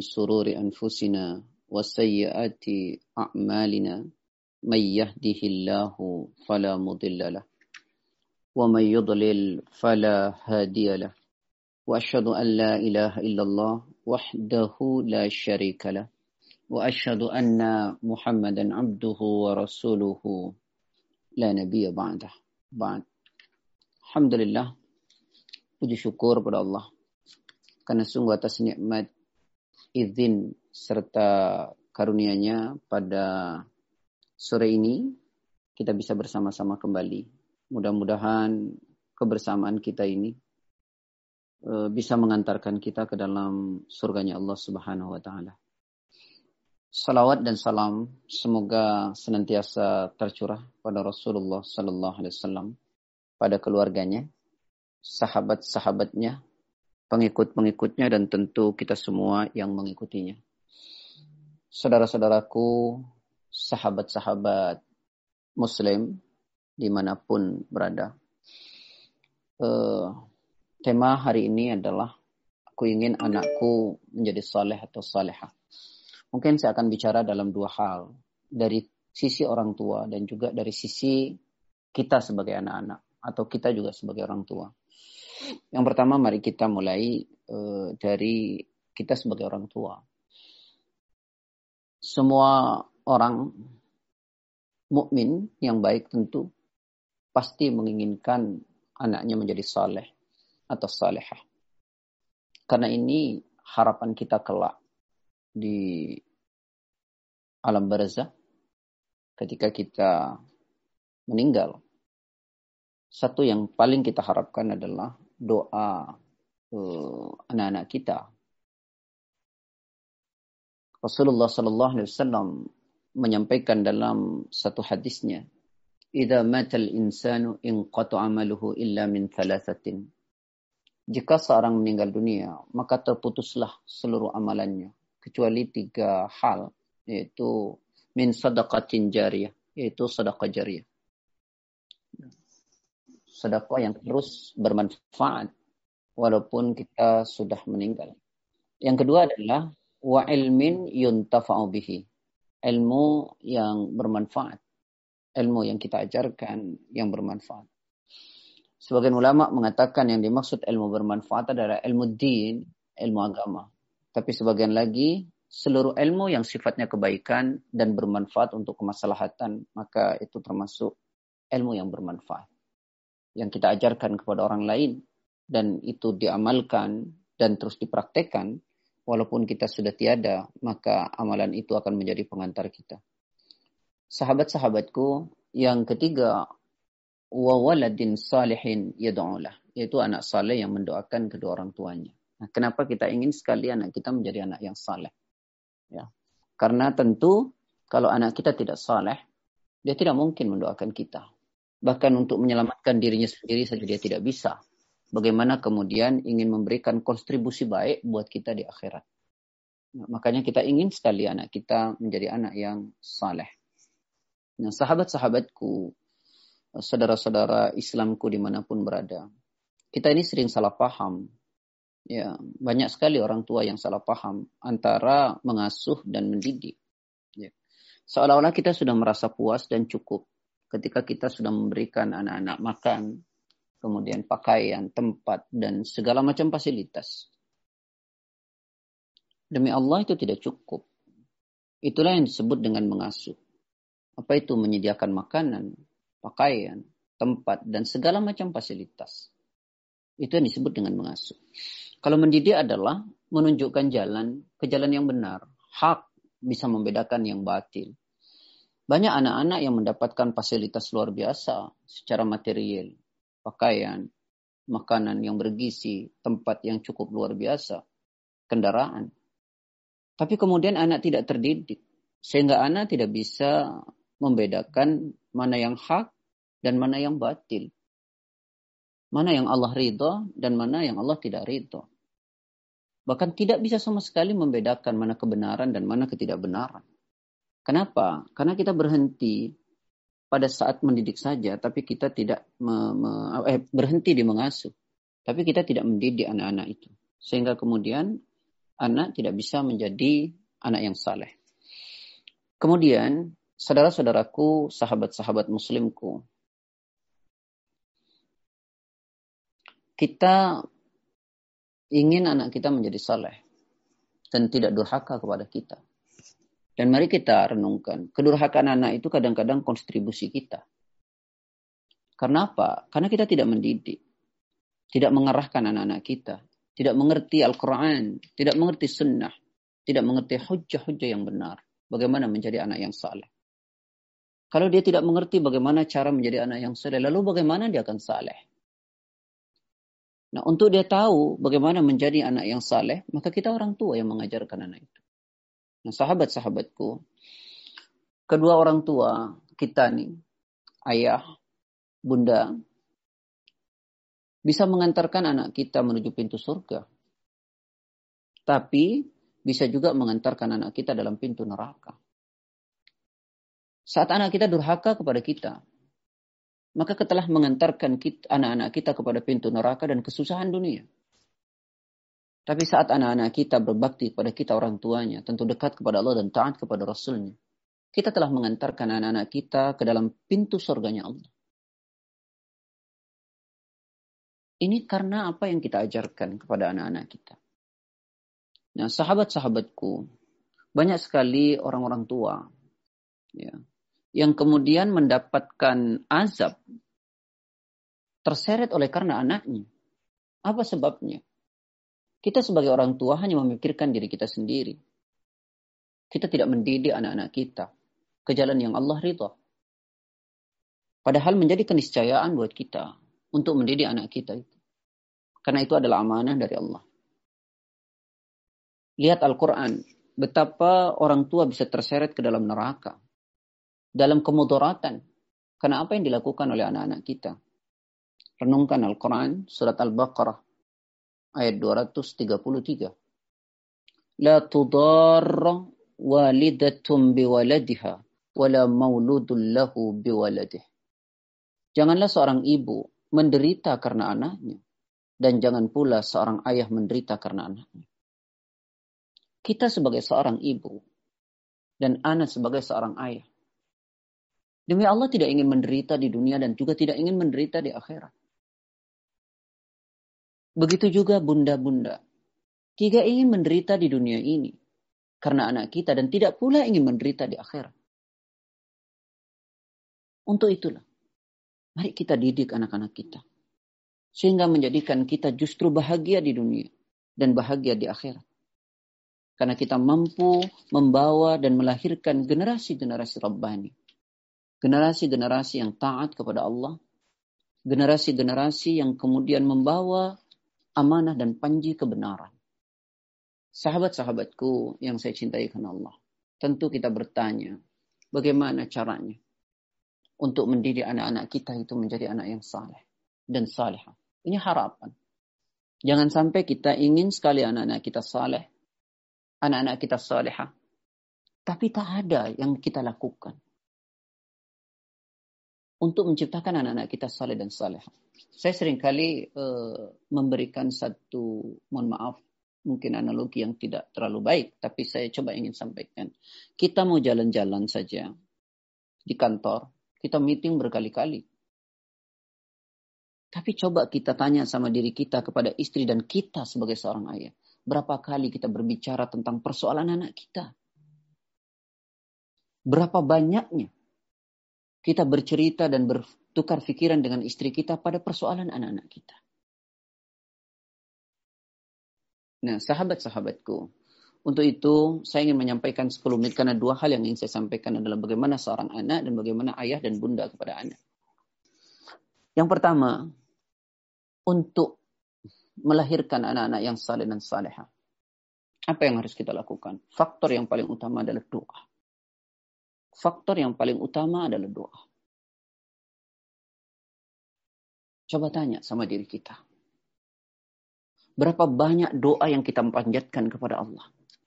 من شرور أنفسنا وسيئات أعمالنا من يهده الله فلا مضل له ومن يضلل فلا هادي له وأشهد أن لا إله إلا الله وحده لا شريك له وأشهد أن محمدا عبده ورسوله لا نبي بعده بعد. Alhamdulillah, puji syukur kepada Allah karena sungguh atas nikmat, izin serta karunia-Nya pada sore ini kita bisa bersama-sama kembali. Mudah-mudahan kebersamaan kita ini bisa mengantarkan kita ke dalam surganya Allah Subhanahu wa taala. Salawat dan salam semoga senantiasa tercurah pada Rasulullah sallallahu alaihi wasallam, pada keluarganya, sahabat-sahabatnya, pengikut-pengikutnya, dan tentu kita semua yang mengikutinya. Saudara-saudaraku, sahabat-sahabat Muslim dimanapun berada. Tema hari ini adalah aku ingin anakku menjadi saleh atau salehah. Mungkin saya akan bicara dalam dua hal, dari sisi orang tua dan juga dari sisi kita sebagai anak-anak atau kita juga sebagai orang tua. Yang pertama, mari kita mulai dari kita sebagai orang tua. Semua orang mukmin yang baik tentu pasti menginginkan anaknya menjadi saleh atau salehah. Karena ini harapan kita kelak di alam barzakh ketika kita meninggal. Satu yang paling kita harapkan adalah doa anak-anak kita. Rasulullah sallallahu alaihi wasallam menyampaikan dalam satu hadisnya, "Idza matal insanu inqata 'amaluhu illa min thalathatin." Jika seorang meninggal dunia, maka terputuslah seluruh amalannya kecuali tiga hal, yaitu min sadaqatin jariyah, yaitu sedekah jariyah. Sedekah yang terus bermanfaat walaupun kita sudah meninggal. Yang kedua adalah wa ilmin yuntafa'u bihi, ilmu yang bermanfaat, ilmu yang kita ajarkan yang bermanfaat. Sebagian ulama mengatakan yang dimaksud ilmu bermanfaat adalah ilmu din, ilmu agama. Tapi sebagian lagi, seluruh ilmu yang sifatnya kebaikan dan bermanfaat untuk kemaslahatan, maka itu termasuk ilmu yang bermanfaat. Yang kita ajarkan kepada orang lain, dan itu diamalkan dan terus dipraktekkan, walaupun kita sudah tiada, maka amalan itu akan menjadi pengantar kita. Sahabat-sahabatku, yang ketiga, wa waladin salihin yad'ulah, yaitu anak saleh yang mendoakan kedua orang tuanya. Nah, kenapa kita ingin sekali anak kita menjadi anak yang saleh? Ya. Karena tentu kalau anak kita tidak saleh, dia tidak mungkin mendoakan kita. Bahkan untuk menyelamatkan dirinya sendiri saja dia tidak bisa. Bagaimana kemudian ingin memberikan kontribusi baik buat kita di akhirat. Nah, makanya kita ingin sekali anak kita menjadi anak yang saleh. Nah, sahabat-sahabatku, saudara-saudara Islamku dimanapun berada, kita ini sering salah paham. Ya, banyak sekali orang tua yang salah paham antara mengasuh dan mendidik. Ya. Seolah-olah kita sudah merasa puas dan cukup ketika kita sudah memberikan anak-anak makan, kemudian pakaian, tempat, dan segala macam fasilitas. Demi Allah itu tidak cukup. Itulah yang disebut dengan mengasuh. Apa itu? Menyediakan makanan, pakaian, tempat, dan segala macam fasilitas. Itu yang disebut dengan mengasuh. Kalau mendidik adalah menunjukkan jalan ke jalan yang benar. Hak bisa membedakan yang batil. Banyak anak-anak yang mendapatkan fasilitas luar biasa secara material. Pakaian, makanan yang bergizi, tempat yang cukup luar biasa, kendaraan. Tapi kemudian anak tidak terdidik. Sehingga anak tidak bisa membedakan mana yang hak dan mana yang batil. Mana yang Allah ridha dan mana yang Allah tidak ridha. Bahkan tidak bisa sama sekali membedakan mana kebenaran dan mana ketidakbenaran. Kenapa? Karena kita berhenti pada saat mendidik saja, tapi kita tidak berhenti di mengasuh. Tapi kita tidak mendidik anak-anak itu. Sehingga kemudian anak tidak bisa menjadi anak yang saleh. Kemudian, saudara-saudaraku, sahabat-sahabat muslimku, kita ingin anak kita menjadi saleh dan tidak durhaka kepada kita. Dan mari kita renungkan, kedurhakaan anak itu kadang-kadang kontribusi kita. Karena apa? Karena kita tidak mendidik, tidak mengarahkan anak-anak kita, tidak mengerti Al-Quran, tidak mengerti sunnah, tidak mengerti hujah-hujah yang benar. Bagaimana menjadi anak yang saleh. Kalau dia tidak mengerti bagaimana cara menjadi anak yang saleh, lalu bagaimana dia akan saleh? Nah, untuk dia tahu bagaimana menjadi anak yang saleh, maka kita orang tua yang mengajarkan anak itu. Nah, sahabat-sahabatku, kedua orang tua kita nih, ayah, bunda, bisa mengantarkan anak kita menuju pintu surga. Tapi bisa juga mengantarkan anak kita dalam pintu neraka. Saat anak kita durhaka kepada kita, maka telah mengantarkan anak-anak kita kepada pintu neraka dan kesusahan dunia. Tapi saat anak-anak kita berbakti kepada kita orang tuanya, tentu dekat kepada Allah dan taat kepada Rasulnya, kita telah mengantarkan anak-anak kita ke dalam pintu surganya Allah. Ini karena apa yang kita ajarkan kepada anak-anak kita. Nah, sahabat-sahabatku, banyak sekali orang-orang tua ya, yang kemudian mendapatkan azab terseret oleh karena anaknya. Apa sebabnya? Kita sebagai orang tua hanya memikirkan diri kita sendiri. Kita tidak mendidik anak-anak kita ke jalan yang Allah ridha. Padahal menjadi keniscayaan buat kita untuk mendidik anak kita itu. Karena itu adalah amanah dari Allah. Lihat Al-Quran, betapa orang tua bisa terseret ke dalam neraka, dalam kemudaratan. Karena apa yang dilakukan oleh anak-anak kita. Renungkan Al-Quran, surat Al-Baqarah, ayat 233. La tudarra walidatum biwaladiha, wala mauludun lahu biwaladih. Janganlah seorang ibu menderita karena anaknya, dan jangan pula seorang ayah menderita karena anaknya. Kita sebagai seorang ibu, dan anak sebagai seorang ayah, demi Allah tidak ingin menderita di dunia dan juga tidak ingin menderita di akhirat. Begitu juga bunda-bunda. Tidak ingin menderita di dunia ini karena anak kita dan tidak pula ingin menderita di akhirat. Untuk itulah, mari kita didik anak-anak kita. Sehingga menjadikan kita justru bahagia di dunia dan bahagia di akhirat. Karena kita mampu membawa dan melahirkan generasi-generasi Rabbani. Generasi-generasi yang taat kepada Allah. Generasi-generasi yang kemudian membawa amanah dan panji kebenaran. Sahabat-sahabatku yang saya cintai karena Allah. Tentu kita bertanya, bagaimana caranya untuk mendidik anak-anak kita itu menjadi anak yang saleh dan salihah. Ini harapan. Jangan sampai kita ingin sekali anak-anak kita saleh, anak-anak kita salihah, tapi tak ada yang kita lakukan untuk menciptakan anak-anak kita saleh dan salihah. Saya seringkali memberikan satu, mohon maaf, mungkin analogi yang tidak terlalu baik, tapi saya coba ingin sampaikan. Kita mau jalan-jalan saja di kantor, kita meeting berkali-kali. Tapi coba kita tanya sama diri kita kepada istri dan kita sebagai seorang ayah. Berapa kali kita berbicara tentang persoalan anak kita? Berapa banyaknya kita bercerita dan bertukar pikiran dengan istri kita pada persoalan anak-anak kita? Nah, sahabat-sahabatku, untuk itu saya ingin menyampaikan 10 menit karena dua hal yang ingin saya sampaikan adalah bagaimana seorang anak dan bagaimana ayah dan bunda kepada anak. Yang pertama, untuk melahirkan anak-anak yang saleh dan salehah, apa yang harus kita lakukan? Faktor yang paling utama adalah doa. Faktor yang paling utama adalah doa. Coba tanya sama diri kita. Berapa banyak doa yang kita panjatkan kepada Allah?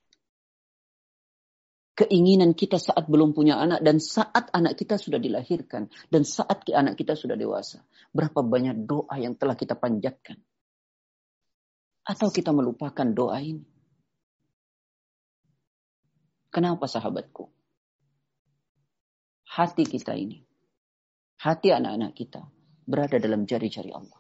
Keinginan kita saat belum punya anak dan saat anak kita sudah dilahirkan dan saat anak kita sudah dewasa. Berapa banyak doa yang telah kita panjatkan? Atau kita melupakan doa ini? Kenapa sahabatku? Hati kita ini, hati anak-anak kita berada dalam jari-jari Allah.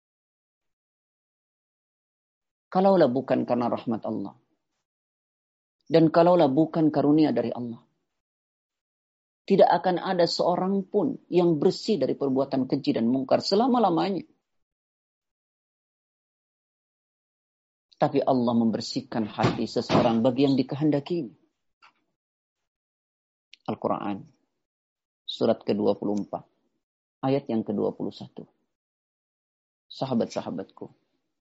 Kalaulah bukan karena rahmat Allah, dan kalaulah bukan karunia dari Allah, tidak akan ada seorang pun yang bersih dari perbuatan keji dan mungkar selama-lamanya. Tapi Allah membersihkan hati seseorang bagi yang dikehendaki. Al-Quran, surat ke-24, ayat yang ke-21. Sahabat-sahabatku,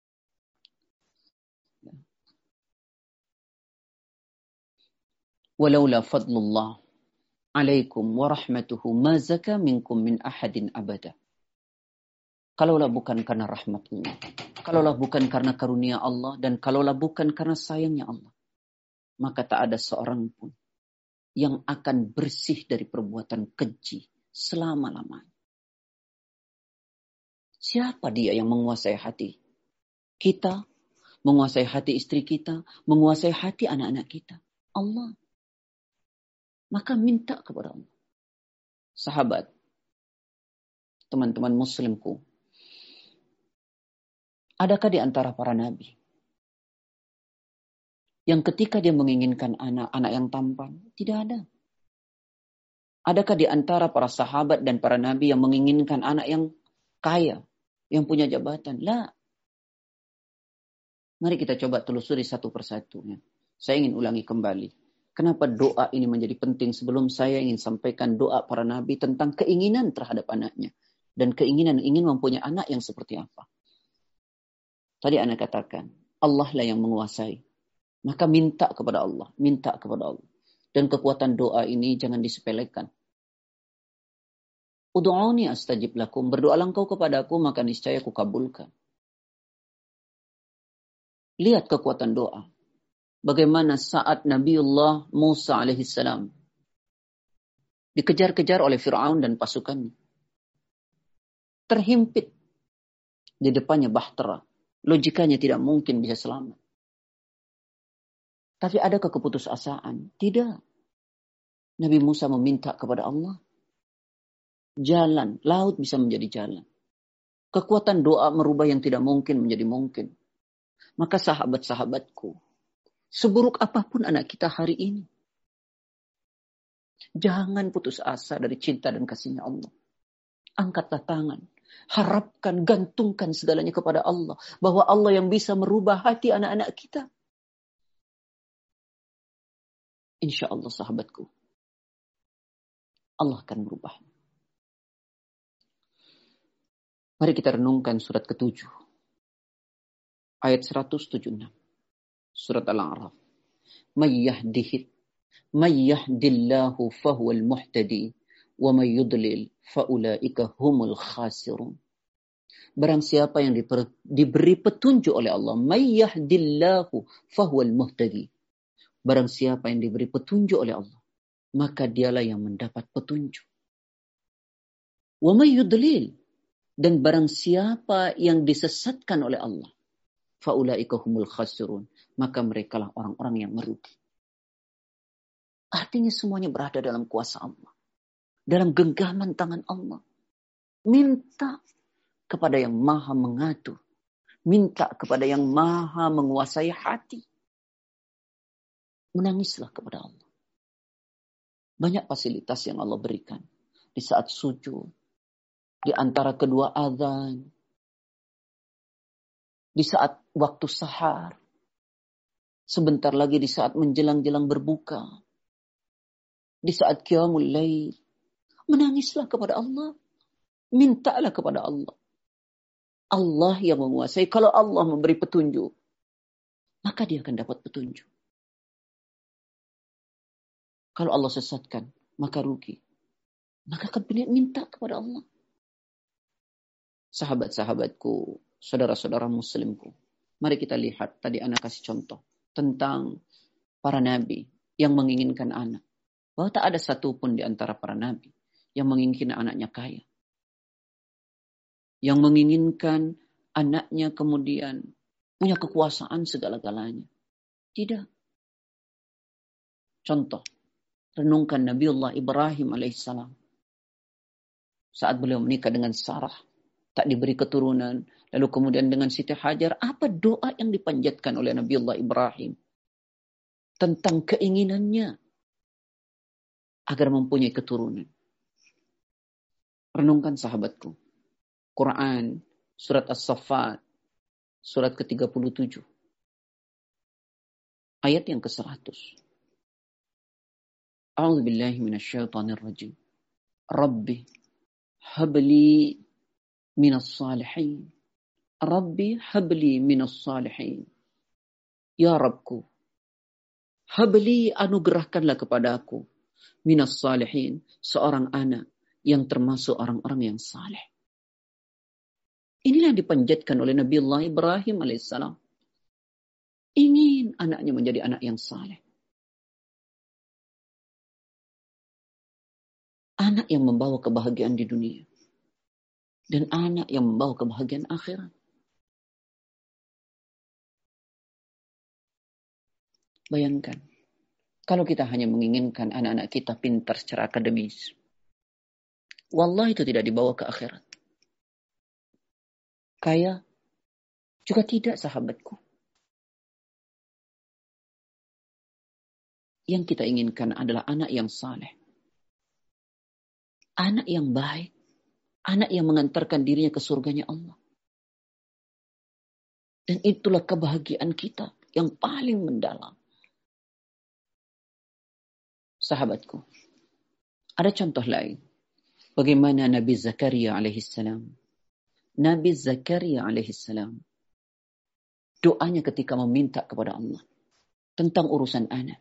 walaula fadlullah alaikum wa rahmatuhu ma zaka minkum min ahadin abada. Kalaulah bukan karena rahmat Allah, kalaulah bukan karena karunia Allah, dan kalaulah bukan karena sayangnya Allah, maka tak ada seorang pun yang akan bersih dari perbuatan keji selama-lamanya. Siapa dia yang menguasai hati kita, menguasai hati istri kita, menguasai hati anak-anak kita? Allah. Maka minta kepada Allah. Sahabat, teman-teman muslimku, adakah di antara para nabi yang ketika dia menginginkan anak yang tampan? Tidak ada. Adakah di antara para sahabat dan para nabi yang menginginkan anak yang kaya, yang punya jabatan? La. Mari kita coba telusuri satu persatu. Saya ingin ulangi kembali. Kenapa doa ini menjadi penting? Sebelum saya ingin sampaikan doa para nabi tentang keinginan terhadap anaknya. Dan keinginan ingin mempunyai anak yang seperti apa. Tadi Anda katakan, Allah lah yang menguasai. Maka minta kepada Allah. Minta kepada Allah. Dan kekuatan doa ini jangan disepelekan. Udu'uni astajib lakum. Berdoalah engkau kepadaku, maka niscaya ku kabulkan. Lihat kekuatan doa. Bagaimana saat Nabiullah Musa alaihissalam dikejar-kejar oleh Fir'aun dan pasukannya. Terhimpit di depannya bahtera. Logikanya tidak mungkin bisa selamat. Tapi adakah keputusasaan? Tidak. Nabi Musa meminta kepada Allah. Jalan, laut bisa menjadi jalan. Kekuatan doa merubah yang tidak mungkin menjadi mungkin. Maka sahabat-sahabatku, seburuk apapun anak kita hari ini, jangan putus asa dari cinta dan kasihnya Allah. Angkatlah tangan. Harapkan, gantungkan segalanya kepada Allah. Bahwa Allah yang bisa merubah hati anak-anak kita. Insya Allah sahabatku, Allah akan merubah. Mari kita renungkan surat ke-7. Ayat 176. Surat Al-A'raf. Mayyahdillahu fahuwal muhtadi. Wa mayyudlil faulaika humul khasirun. Barang siapa yang diberi petunjuk oleh Allah, mayyahdillahu fahuwal muhtadi. Barang siapa yang diberi petunjuk oleh Allah, maka dialah yang mendapat petunjuk. Wa mayyudlil, dan barang siapa yang disesatkan oleh Allah, faulaika humul khasirun, maka merekalah orang-orang yang merugi. Artinya semuanya berada dalam kuasa Allah. Dalam genggaman tangan Allah. Minta kepada yang maha mengatur. Minta kepada yang maha menguasai hati. Menangislah kepada Allah. Banyak fasilitas yang Allah berikan. Di saat sujud. Di antara kedua azan. Di saat waktu sahar. Sebentar lagi di saat menjelang-jelang berbuka. Di saat qiyamul lail. Menangislah kepada Allah. Mintalah kepada Allah. Allah yang menguasai. Kalau Allah memberi petunjuk, maka dia akan dapat petunjuk. Kalau Allah sesatkan, maka rugi. Maka akan minta kepada Allah. Sahabat-sahabatku, saudara-saudara muslimku, mari kita lihat, tadi Ana kasih contoh tentang para nabi yang menginginkan anak. Bahwa tak ada satupun di antara para nabi yang menginginkan anaknya kaya. Yang menginginkan anaknya kemudian punya kekuasaan segala-galanya. Tidak. Contoh, renungkan Nabiullah Ibrahim alaihissalam. Saat beliau menikah dengan Sarah, tak diberi keturunan. Lalu kemudian dengan Siti Hajar, apa doa yang dipanjatkan oleh Nabiullah Ibrahim? Tentang keinginannya agar mempunyai keturunan. Renungkan sahabatku. Quran, surat As-Saffat, surat ke-37. Ayat yang ke-100. A'udzu billahi minasyaitonir rajim. Rabbi habli minas salihin. Rabbi habli minas salihin. Ya Rabbku, habli anugerahkanlah kepada aku minas salihin, seorang anak yang termasuk orang-orang yang saleh. Inilah yang dipanjatkan oleh Nabiullah Ibrahim alaihissalam. Ingin anaknya menjadi anak yang saleh. Anak yang membawa kebahagiaan di dunia. Dan anak yang membawa kebahagiaan akhirat. Bayangkan, kalau kita hanya menginginkan anak-anak kita pintar secara akademis. Wallah itu tidak dibawa ke akhirat. Kaya juga tidak, sahabatku. Yang kita inginkan adalah anak yang saleh. Anak yang baik. Anak yang mengantarkan dirinya ke surganya Allah. Dan itulah kebahagiaan kita yang paling mendalam. Sahabatku, ada contoh lain. Bagaimana Nabi Zakaria alaihissalam. Nabi Zakaria alaihissalam. Doanya ketika meminta kepada Allah. Tentang urusan anak.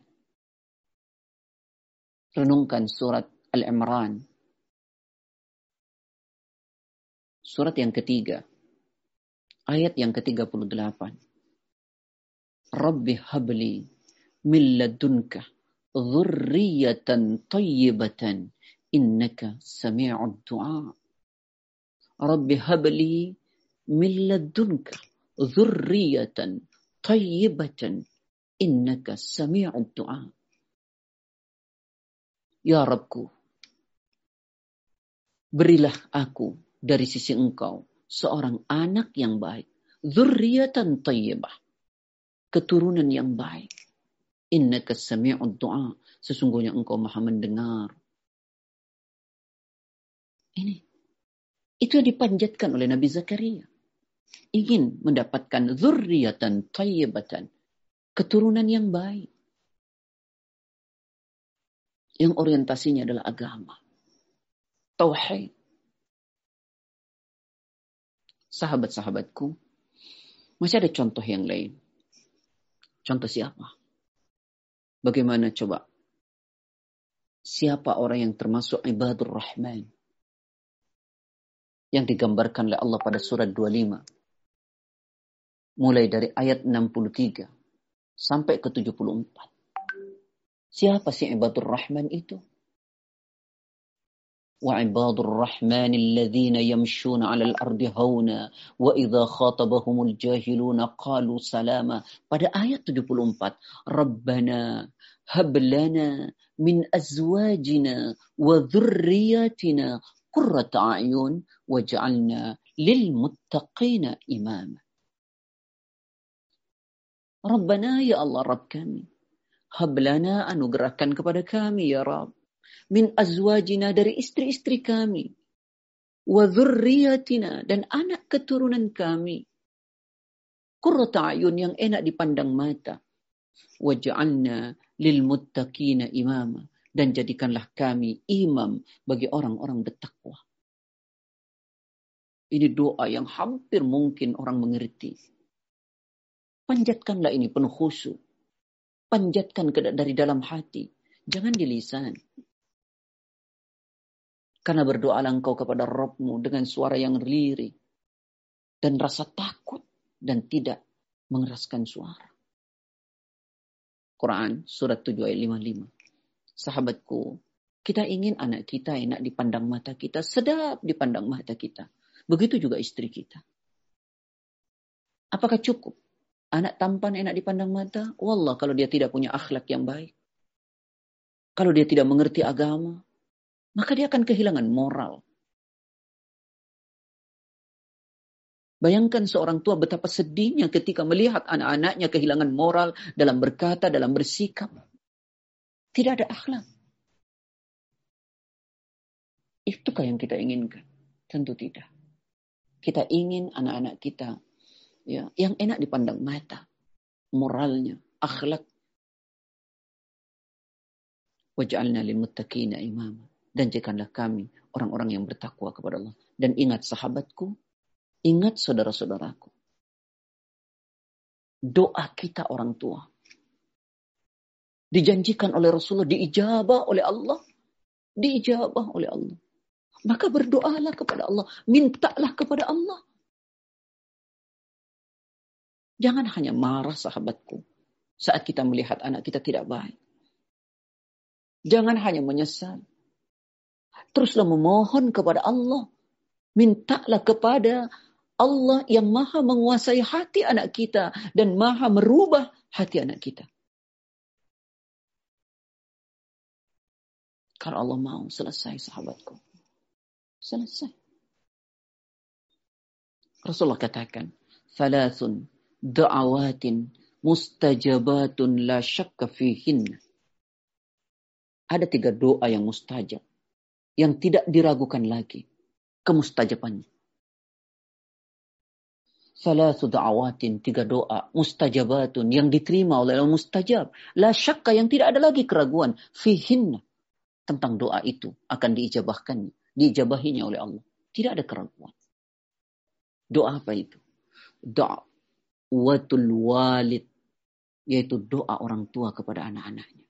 Renungkan surat Al-Imran. Surat yang ketiga. Ayat yang ke-38. Rabbi habli min ladunka dhurriyatan tayyibatan innaka sami'ud du'a. Rabbi habli min ladunka dhurriyatan tayyibatan innaka sami'ud du'a. Ya Rabbku, berilah aku dari sisi Engkau seorang anak yang baik. Dzurriatan thayyibah. Keturunan yang baik. Innaka sami'ud du'a. Sesungguhnya Engkau Maha mendengar. Ini. Itu yang dipanjatkan oleh Nabi Zakaria. Ingin mendapatkan dzurriatan thayyibatan. Keturunan yang baik. Yang orientasinya adalah agama. Tauhid. Sahabat-sahabatku, masih ada contoh yang lain. Contoh siapa? Bagaimana coba? Siapa orang yang termasuk ibadur rahman? Yang digambarkan oleh Allah pada surat 25. Mulai dari ayat 63 sampai ke 74. Siapa sih ibadur rahman itu? وعباد الرحمن الذين يمشون على الأرض هونا وإذا خاطبهم الجاهلون قالوا سلاما. Pada ayat 74, Rabbana hab lana min azwajina wa dhurriyyatina qurrata a'yun waj'alna lil muttaqina imama. Rabbana, ya Allah, Rabb kami, hab lana, anugerahkan kepada kami ya Rabb, min azwajina, dari istri-istri kami, wa dzurriyyatina, dan anak keturunan kami, qurrata ayun, yang enak dipandang mata, waj'alna lil muttaqina imama, dan jadikanlah kami imam bagi orang-orang bertakwa. Ini doa yang hampir mungkin orang mengerti. Panjatkanlah ini penuh khusyuk. Panjatkan dari dalam hati, jangan di lisan. Karena berdoalah engkau kepada Rabbmu dengan suara yang lirih. Dan rasa takut. Dan tidak mengeraskan suara. Quran surat 7 ayat 55. Sahabatku, kita ingin anak kita enak dipandang mata kita. Sedap dipandang mata kita. Begitu juga istri kita. Apakah cukup? Anak tampan enak dipandang mata? Wallah, kalau dia tidak punya akhlak yang baik. Kalau dia tidak mengerti agama, maka dia akan kehilangan moral. Bayangkan seorang tua betapa sedihnya ketika melihat anak-anaknya kehilangan moral dalam berkata, dalam bersikap. Tidak ada akhlak. Itukah yang kita inginkan? Tentu tidak. Kita ingin anak-anak kita ya, yang enak dipandang mata. Moralnya, akhlak. Waj'alna lil muttaqina imama. Dan jadikanlah kami orang-orang yang bertakwa kepada Allah. Dan ingat sahabatku, ingat saudara-saudaraku. Doa kita orang tua dijanjikan oleh Rasulullah, diijabah oleh Allah. Diijabah oleh Allah. Maka berdoalah kepada Allah. Mintalah kepada Allah. Jangan hanya marah sahabatku saat kita melihat anak kita tidak baik. Jangan hanya menyesal. Teruslah memohon kepada Allah. Mintalah kepada Allah yang maha menguasai hati anak kita dan maha merubah hati anak kita. Kalau Allah mau, selesai sahabatku. Selesai. Rasulullah katakan, "Thalathun da'awatin mustajabatun la syakka fihinna." Ada 3 doa yang mustajab, yang tidak diragukan lagi kemustajabannya. Thalathu da'awatin, 3 doa mustajabatun yang diterima oleh Allah, mustajab. La syakka, yang tidak ada lagi keraguan fihinna. Tentang doa itu akan diijabahinya oleh Allah. Tidak ada keraguan. Doa apa itu? Da'watul walid, yaitu doa orang tua kepada anak-anaknya.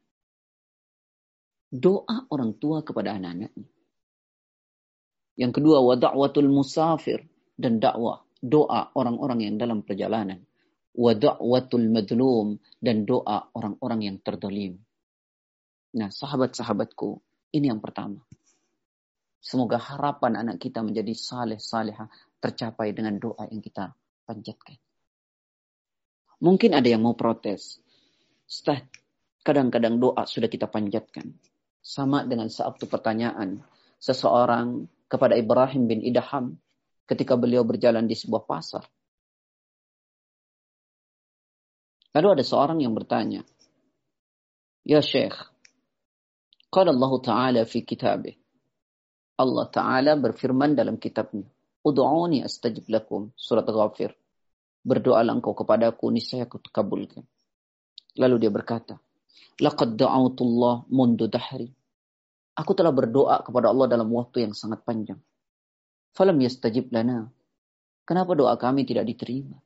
Doa orang tua kepada anak-anaknya. Yang kedua, wa da'watul musafir, dan doa orang-orang yang dalam perjalanan. Wa da'watul madlum, dan doa orang-orang yang terzalim. Nah, sahabat-sahabatku, ini yang pertama. Semoga harapan anak kita menjadi saleh-salehah tercapai dengan doa yang kita panjatkan. Mungkin ada yang mau protes. Ustaz, kadang-kadang doa sudah kita panjatkan. Sama dengan satu pertanyaan seseorang kepada Ibrahim bin Idham ketika beliau berjalan di sebuah pasar. Lalu ada seorang yang bertanya, "Ya Syekh, qala Allah Ta'ala fi kitabih." Allah Ta'ala berfirman dalam kitabnya, "Ud'uni astajib lakum." Surat Ghafir. Berdoalah engkau kepadaku, niscaya aku kabulkan. Lalu dia berkata, "Laqad da'autullah mundu dahri." Aku telah berdoa kepada Allah dalam waktu yang sangat panjang. Falam yastajib lana. Kenapa doa kami tidak diterima?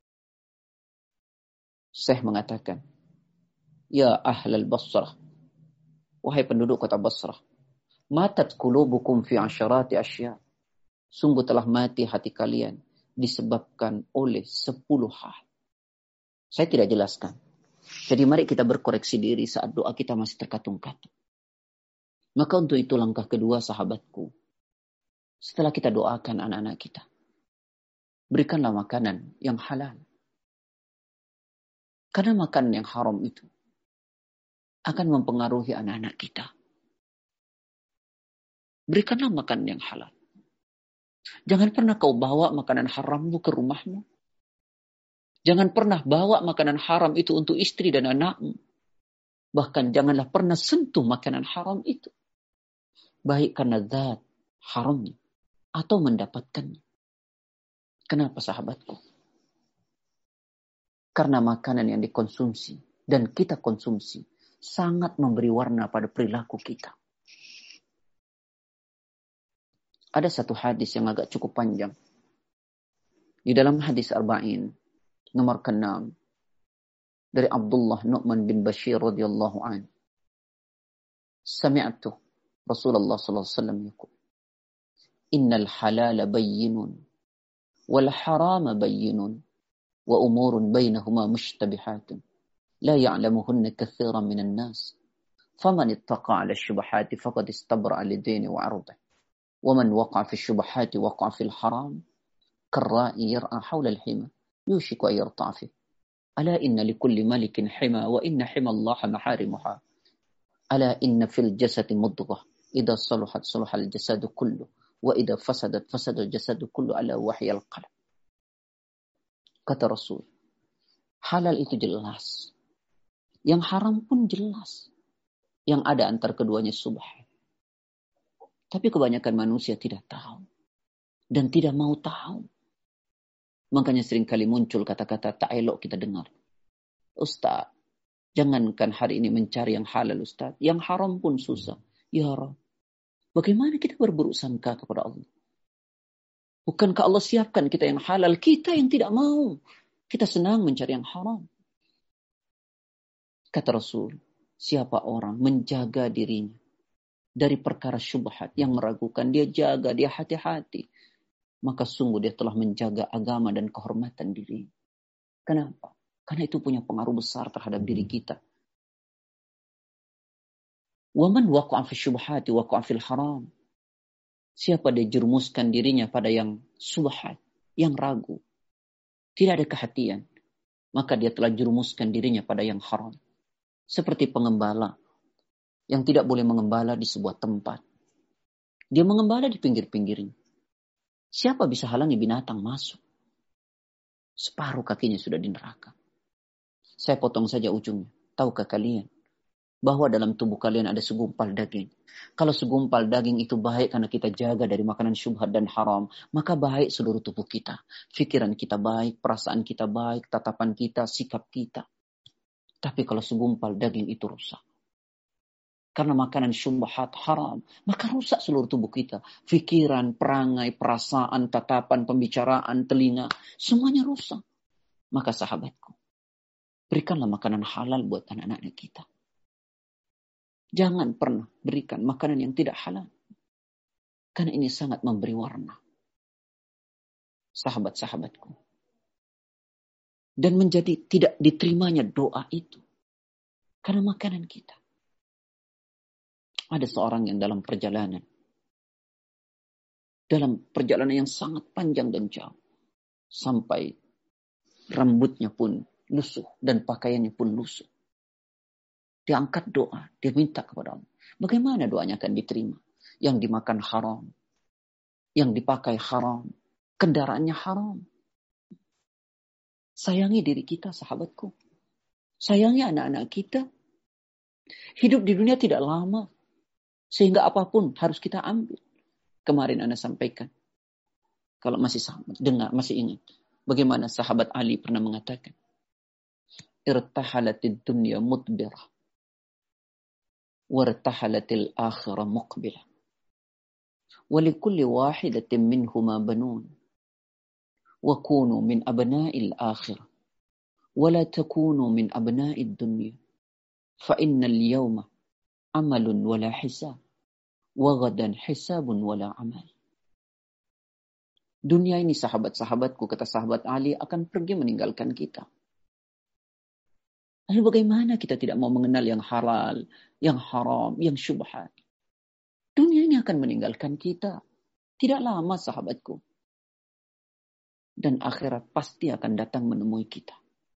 Syekh mengatakan, "Ya ahlal Basrah." Wahai penduduk kota Basrah. Matat qulubukum fi asyarati asya. Sungguh telah mati hati kalian disebabkan oleh 10 hal. Saya tidak jelaskan. Jadi mari kita berkoreksi diri saat doa kita masih terkatung-katung. Maka untuk itu langkah kedua sahabatku. Setelah kita doakan anak-anak kita, berikanlah makanan yang halal. Karena makanan yang haram itu akan mempengaruhi anak-anak kita. Berikanlah makanan yang halal. Jangan pernah kau bawa makanan harammu ke rumahmu. Jangan pernah bawa makanan haram itu untuk istri dan anakmu. Bahkan janganlah pernah sentuh makanan haram itu. Baik karena zat haramnya atau mendapatkannya. Kenapa sahabatku? Karena makanan yang dikonsumsi dan kita konsumsi sangat memberi warna pada perilaku kita. Ada satu hadis yang agak cukup panjang. Di dalam hadis Arba'in, nomor ke-6, dari Abdullah Nu'man bin Bashir radhiyallahu an. Sami'tu Rasulullah sallallahu alaihi wasallam yaqul, "Innal halala bayyinun wal harama bayyinun wa umurun bainahuma mushtabihatun la ya'lamuhunna katsiran minan nas. Faman ittaqa 'ala asy-syubhati faqad istabra'a lid-dini wa 'irdihi. ومن وقع في الشبهات وقع في الحرام كالراعي يرعى حول الحمى يوشك أن يرتع فيه ألا إن لكل ملك حمى وإن حمى الله محارمها Ala inna fil jasadi mudghah. Idza saluhat saluhal jasadu kullu. Wa idza fasadat fasadal jasadu kullu ala wahyal qalb. Kata Rasul, halal itu jelas. Yang haram pun jelas. Yang ada antar keduanya subhan. Tapi kebanyakan manusia tidak tahu. Dan tidak mau tahu. Makanya seringkali muncul kata-kata tak elok kita dengar. Ustaz, jangankan hari ini mencari yang halal Ustaz. Yang haram pun susah. Ya Rabb, bagaimana kita berburuk sangka kepada Allah? Bukankah Allah siapkan kita yang halal? Kita yang tidak mau. Kita senang mencari yang haram. Kata Rasul, siapa orang menjaga dirinya dari perkara syubhat yang meragukan, dia jaga, dia hati-hati, maka sungguh dia telah menjaga agama dan kehormatan diri. Kenapa? Karena itu punya pengaruh besar terhadap diri kita. Waman waqa'a fi syubhati waqa'a fil haram. Siapa dia jerumuskan dirinya pada yang subhat, yang ragu, tidak ada kehatian, maka dia telah jerumuskan dirinya pada yang haram. Seperti pengembala yang tidak boleh mengembala di sebuah tempat. Dia mengembala di pinggir-pinggirnya. Siapa bisa halangi binatang masuk? Separuh kakinya sudah di neraka. Saya potong saja ujungnya. Tahukah kalian bahwa dalam tubuh kalian ada segumpal daging? Kalau segumpal daging itu baik karena kita jaga dari makanan syubhat dan haram, maka baik seluruh tubuh kita. Pikiran kita baik, perasaan kita baik, tatapan kita, sikap kita. Tapi kalau segumpal daging itu rusak, karena makanan syubhat haram, maka rusak seluruh tubuh kita. Pikiran, perangai, perasaan, tatapan, pembicaraan, telinga, semuanya rusak. Maka sahabatku, berikanlah makanan halal buat anak-anak kita. Jangan pernah berikan makanan yang tidak halal. Karena ini sangat memberi warna. Sahabat-sahabatku. Dan menjadi tidak diterimanya doa itu. Karena makanan kita. Ada seorang yang dalam perjalanan. Dalam perjalanan yang sangat panjang dan jauh. Sampai rambutnya pun lusuh. Dan pakaiannya pun lusuh. Dia angkat doa. Dia minta kepada Allah. Bagaimana doanya akan diterima? Yang dimakan haram. Yang dipakai haram. Kendaraannya haram. Sayangi diri kita, sahabatku. Sayangi anak-anak kita. Hidup di dunia tidak lama. Sehingga apapun harus kita ambil. Kemarin Anda sampaikan. Kalau masih dengar, masih ingat. Bagaimana sahabat Ali pernah mengatakan. Irtahalatid dunya mudbirah. Wartahalatil akhirah muqbilah. Walikulli wahidatin minhuma banun. وكونوا من أبناء الآخرة ولا تكونوا من أبناء الدنيا فإن اليوم عمل ولا حساب وغدا حساب ولا عمل. Dunia ini sahabat-sahabatku, kata sahabat Ali, akan pergi meninggalkan kita. Lalu bagaimana kita tidak mau mengenal yang halal, yang haram, yang syubhat? Dunia ini akan meninggalkan kita. Tidak lama sahabatku. Dan akhirat pasti akan datang menemui kita.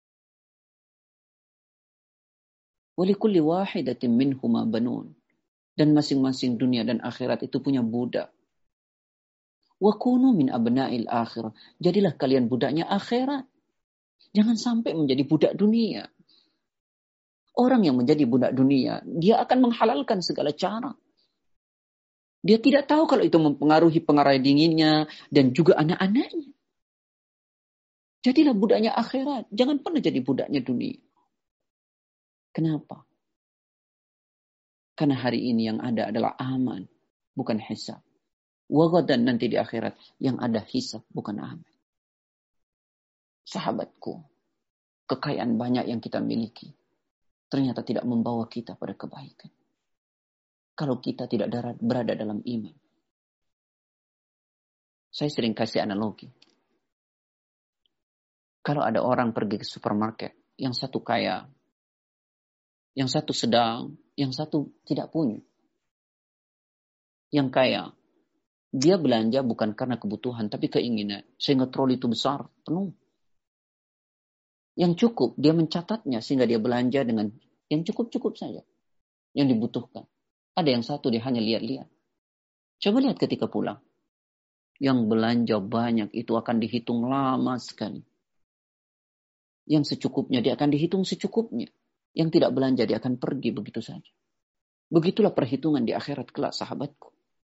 Walikulli wahidatin minhuma banun. Dan masing-masing dunia dan akhirat itu punya budak. Wa kunu min abna'il akhirah. Jadilah kalian budaknya akhirat. Jangan sampai menjadi budak dunia. Orang yang menjadi budak dunia, dia akan menghalalkan segala cara. Dia tidak tahu kalau itu mempengaruhi pengaruh dinginnya dan juga anak-anaknya. Jadilah budaknya akhirat. Jangan pernah jadi budaknya dunia. Kenapa? Karena hari ini yang ada adalah aman, bukan hisab. Wagadan nanti di akhirat yang ada hisab, bukan aman. Sahabatku, kekayaan banyak yang kita miliki ternyata tidak membawa kita pada kebaikan. Kalau kita tidak berada dalam iman. Saya sering kasih analogi. Kalau ada orang pergi ke supermarket, yang satu kaya, yang satu sedang, yang satu tidak punya. Yang kaya, dia belanja bukan karena kebutuhan, tapi keinginan. Sehingga troli itu besar, penuh. Yang cukup, dia mencatatnya sehingga dia belanja dengan yang cukup-cukup saja. yang dibutuhkan. Ada yang satu dia hanya lihat-lihat. Coba lihat ketika pulang. Yang belanja banyak itu akan dihitung lama sekali. Yang secukupnya dia akan dihitung secukupnya. Yang tidak belanja dia akan pergi begitu saja. Begitulah perhitungan di akhirat kelak, sahabatku.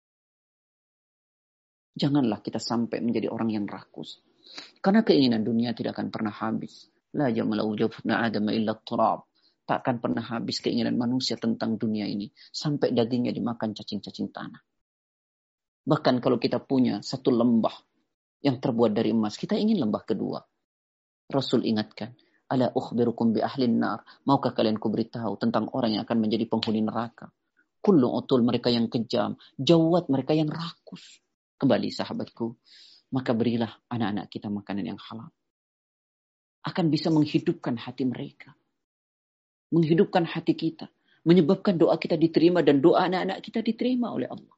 Janganlah kita sampai menjadi orang yang rakus. Karena keinginan dunia tidak akan pernah habis. La jamalau jawfna adama illa turab. Tak akan pernah habis keinginan manusia tentang dunia ini. Sampai dagingnya dimakan cacing-cacing tanah. Bahkan kalau kita punya satu lembah yang terbuat dari emas, kita ingin lembah kedua. Rasul ingatkan, ala ukhbirukum bi ahlin nar. Maukah kalian kuberitahu tentang orang yang akan menjadi penghuni neraka? Kullu utul, mereka yang kejam. Jawad, mereka yang rakus. Kembali sahabatku, maka berilah anak-anak kita makanan yang halal. Akan bisa menghidupkan hati mereka. Menghidupkan hati kita. Menyebabkan doa kita diterima dan doa anak-anak kita diterima oleh Allah.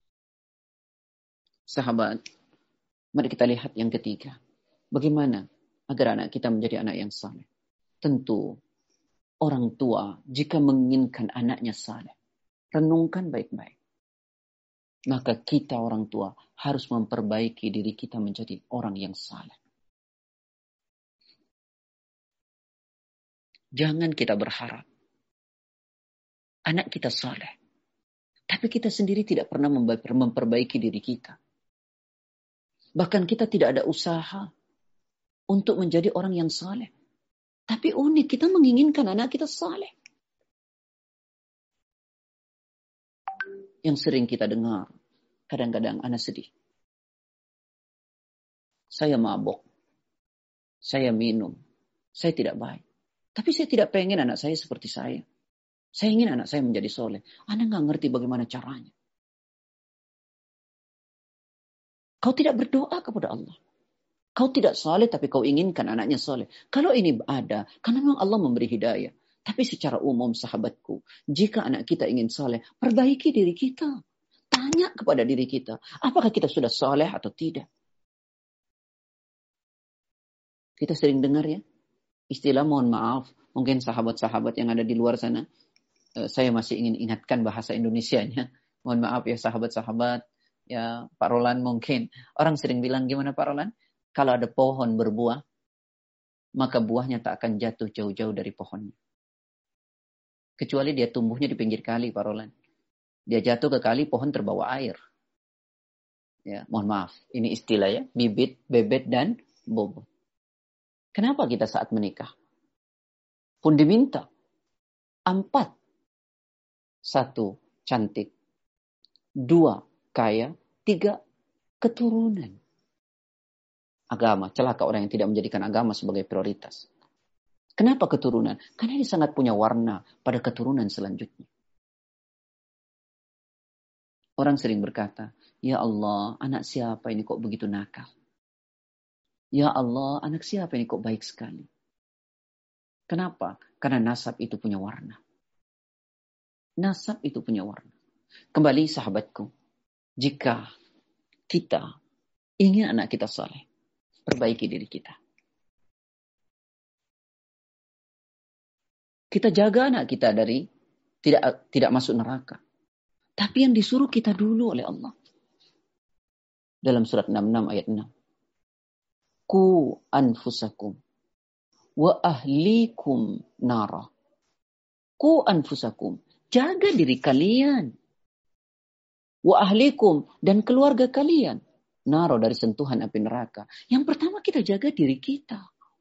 Sahabat, mari kita lihat yang ketiga. Bagaimana agar anak kita menjadi anak yang saleh? Tentu orang tua jika menginginkan anaknya saleh, renungkan baik-baik. Maka kita orang tua harus memperbaiki diri kita menjadi orang yang saleh. Jangan kita berharap anak kita saleh, tapi kita sendiri tidak pernah memperbaiki diri kita. Bahkan kita tidak ada usaha untuk menjadi orang yang saleh. Tapi unik, kita menginginkan anak kita saleh. Yang sering kita dengar, kadang-kadang anak sedih. Saya mabok, saya minum, saya tidak baik. Tapi saya tidak pengen anak saya seperti saya. Saya ingin anak saya menjadi soleh. Anak nggak ngerti bagaimana caranya. Kau tidak berdoa kepada Allah. Kau tidak soleh tapi kau inginkan anaknya soleh. Kalau ini ada, karena memang Allah memberi hidayah. Tapi secara umum sahabatku, jika anak kita ingin soleh, perbaiki diri kita. Tanya kepada diri kita, apakah kita sudah soleh atau tidak? Kita sering dengar ya, istilah mohon maaf, mungkin sahabat-sahabat yang ada di luar sana, saya masih ingin ingatkan bahasa Indonesianya. Mohon maaf ya sahabat-sahabat, ya Pak Roland mungkin. Orang sering bilang gimana Pak Roland? Kalau ada pohon berbuah, maka buahnya tak akan jatuh jauh-jauh dari pohonnya. Kecuali dia tumbuhnya di pinggir kali Pak Roland. Dia jatuh ke kali, pohon terbawa air. Ya, mohon maaf, ini istilah ya, bibit, bebet, dan bobot. Kenapa kita saat menikah pun diminta 4. 1, cantik. 2, kaya. 3, keturunan. Agama, celaka orang yang tidak menjadikan agama sebagai prioritas. Kenapa keturunan? Karena dia sangat punya warna pada keturunan selanjutnya. Orang sering berkata, ya Allah, anak siapa ini kok begitu nakal? Ya Allah, anak siapa ini kok baik sekali? Kenapa? Karena nasab itu punya warna. Nasab itu punya warna. Kembali sahabatku, jika kita ingin anak kita saleh, perbaiki diri kita. Kita jaga anak kita dari tidak masuk neraka. Tapi yang disuruh kita dulu oleh Allah. Dalam surat 66 ayat 6. Ku anfusakum wa ahlikum nara. Ku anfusakum. Jaga diri kalian. Wa ahlikum. Dan keluarga kalian. Nara, dari sentuhan api neraka. Yang pertama kita jaga diri kita.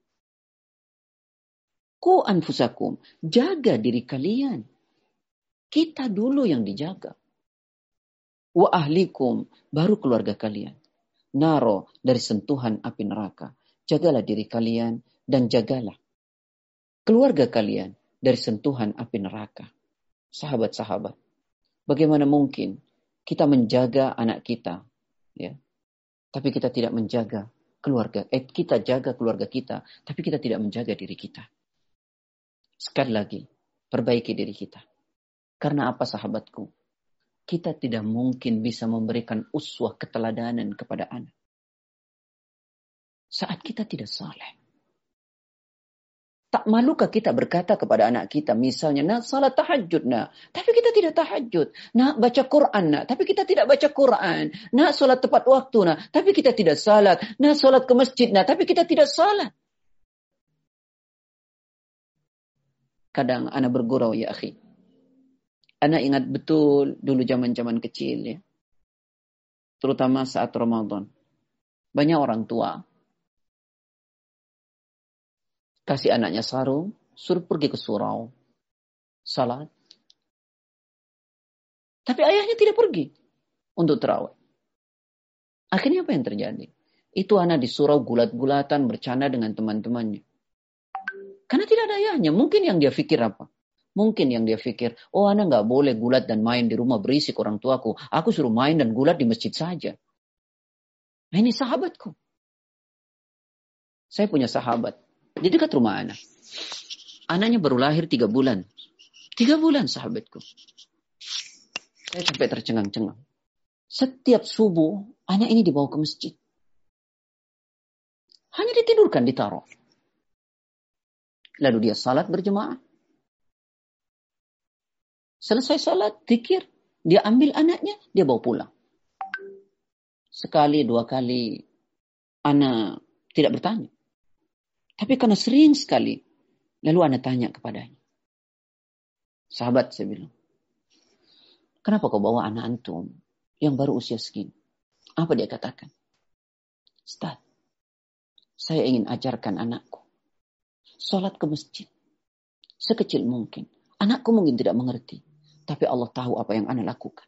Ku anfusakum. Jaga diri kalian. Kita dulu yang dijaga. Wa ahlikum. Baru keluarga kalian. Naro, dari sentuhan api neraka. Jagalah diri kalian dan jagalah keluarga kalian dari sentuhan api neraka. Sahabat-sahabat, bagaimana mungkin kita menjaga anak kita, ya, tapi kita tidak menjaga keluarga. Kita jaga keluarga kita, tapi kita tidak menjaga diri kita. Sekali lagi, perbaiki diri kita. Karena apa sahabatku? Kita tidak mungkin bisa memberikan uswah keteladanan kepada anak saat kita tidak saleh. Tak malukah kita berkata kepada anak kita, misalnya, nak salat tahajud nak, tapi kita tidak tahajud. Nak baca Quran nak, tapi kita tidak baca Quran. Nak salat tepat waktu nak, tapi kita tidak salat. Nak salat ke masjid nak, tapi kita tidak salat. Kadang anak bergurau, ya akhi. Anak ingat betul dulu zaman-zaman kecil ya. Terutama saat Ramadan. Banyak orang tua kasih anaknya sarung, suruh pergi ke surau, salat. Tapi ayahnya tidak pergi untuk terawih. Akhirnya apa yang terjadi? Itu anak di surau gulat-gulatan bercanda dengan teman-temannya. Karena tidak ada ayahnya. Mungkin yang dia pikir apa? Mungkin yang dia pikir, oh anak nggak boleh gulat dan main di rumah berisik orang tuaku. Aku suruh main dan gulat di masjid saja. Nah, ini sahabatku. Saya punya sahabat di dekat rumah anak. Anaknya baru lahir 3 bulan. 3 bulan sahabatku. Saya sampai tercengang-cengang. Setiap subuh, anak ini dibawa ke masjid. Hanya ditidurkan, ditaruh. Lalu dia salat berjemaah. Selesai salat, zikir. Dia ambil anaknya, dia bawa pulang. Sekali, 2 kali, anak tidak bertanya. Tapi karena sering sekali, lalu anak tanya kepadanya. Sahabat, saya bilang, kenapa kau bawa anak antum yang baru usia segini? Apa dia katakan? Ustaz, saya ingin ajarkan anakku salat ke masjid sekecil mungkin. Anakku mungkin tidak mengerti, tapi Allah tahu apa yang anak lakukan.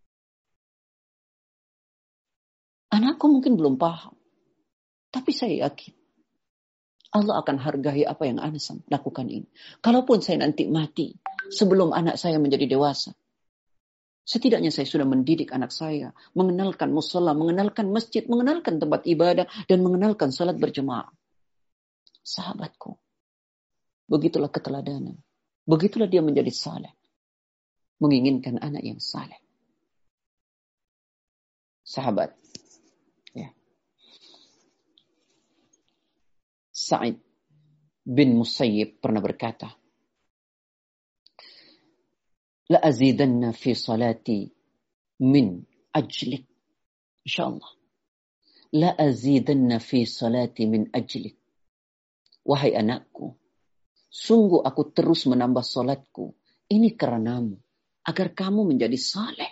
Anakku mungkin belum paham, tapi saya yakin Allah akan hargai apa yang anak lakukan ini. Kalaupun saya nanti mati sebelum anak saya menjadi dewasa, setidaknya saya sudah mendidik anak saya, mengenalkan mushola, mengenalkan masjid, mengenalkan tempat ibadah, dan mengenalkan salat berjemaah. Sahabatku, begitulah keteladanan. Begitulah dia menjadi saleh. Menginginkan anak yang saleh. Sahabat. Ya. Sa'id bin Musayyib pernah berkata, La azidanna fi salati min ajlik. InsyaAllah. La azidanna fi salati min ajlik. Wahai anakku, sungguh aku terus menambah salatku. Ini karenamu. Agar kamu menjadi saleh.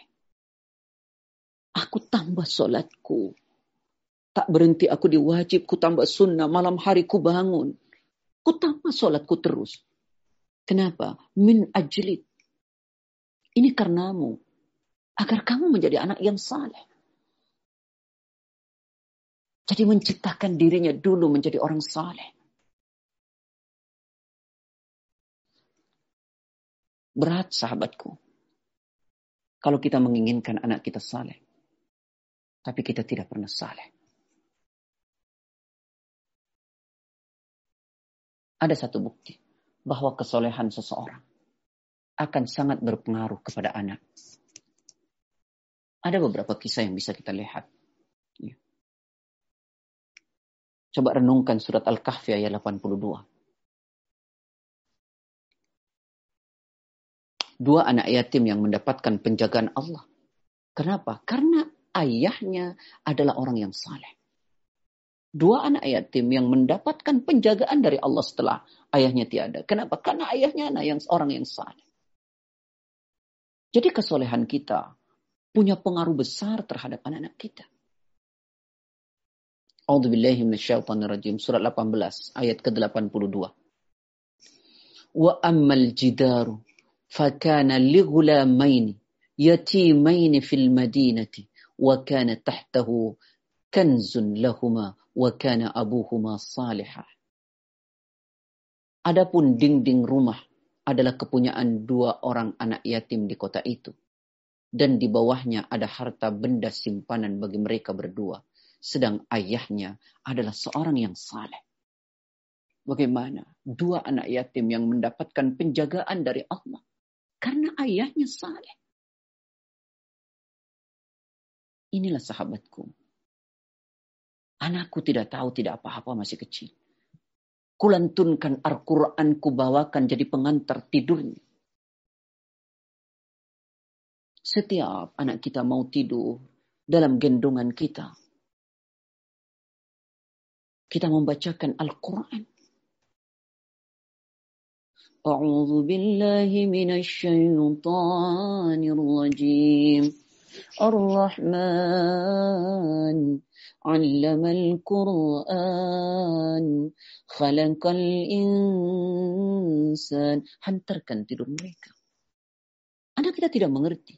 Aku tambah salatku. Tak berhenti aku di wajib, ku tambah sunnah. Malam hari ku bangun. Ku tambah salatku terus. Kenapa? Min ajlik. Ini karenamu. Agar kamu menjadi anak yang saleh. Jadi menciptakan dirinya dulu menjadi orang saleh. Berat sahabatku. Kalau kita menginginkan anak kita saleh. Tapi kita tidak pernah saleh. Ada satu bukti bahwa kesolehan seseorang akan sangat berpengaruh kepada anak. Ada beberapa kisah yang bisa kita lihat. Ya. Coba renungkan surat Al-Kahfi ayat 82. 2 anak yatim yang mendapatkan penjagaan Allah. Kenapa? Karena ayahnya adalah orang yang saleh. 2 anak yatim yang mendapatkan penjagaan dari Allah setelah ayahnya tiada. Kenapa? Karena ayahnya orang yang saleh. Jadi kesolehan kita punya pengaruh besar terhadap anak-anak kita. A'udzubillahi minasyaitonirrajim. Surat 18 ayat ke-82. Wa ammal jidaru fakana lighulamaini yatimaini fil madinati wa kana tahtahu kanzun lahuma wa kana abuhuma salihah. Adapun dinding rumah adalah kepunyaan 2 orang anak yatim di kota itu. Dan di bawahnya ada harta benda simpanan bagi mereka berdua. Sedang ayahnya adalah seorang yang saleh. Bagaimana? 2 anak yatim yang mendapatkan penjagaan dari Allah. Karena ayahnya saleh. Inilah sahabatku. Anakku tidak tahu, tidak apa-apa, masih kecil. Kulantunkan Al-Quran, kubawakan jadi pengantar tidurnya. Setiap anak kita mau tidur dalam gendongan kita, kita membacakan Al-Quran. A'udzu billahi minasy syaithanir rajim. Ar-Rahman 'allamal Qur'an khalaqal insan. Hantarkan tidur mereka. Anak kita tidak mengerti.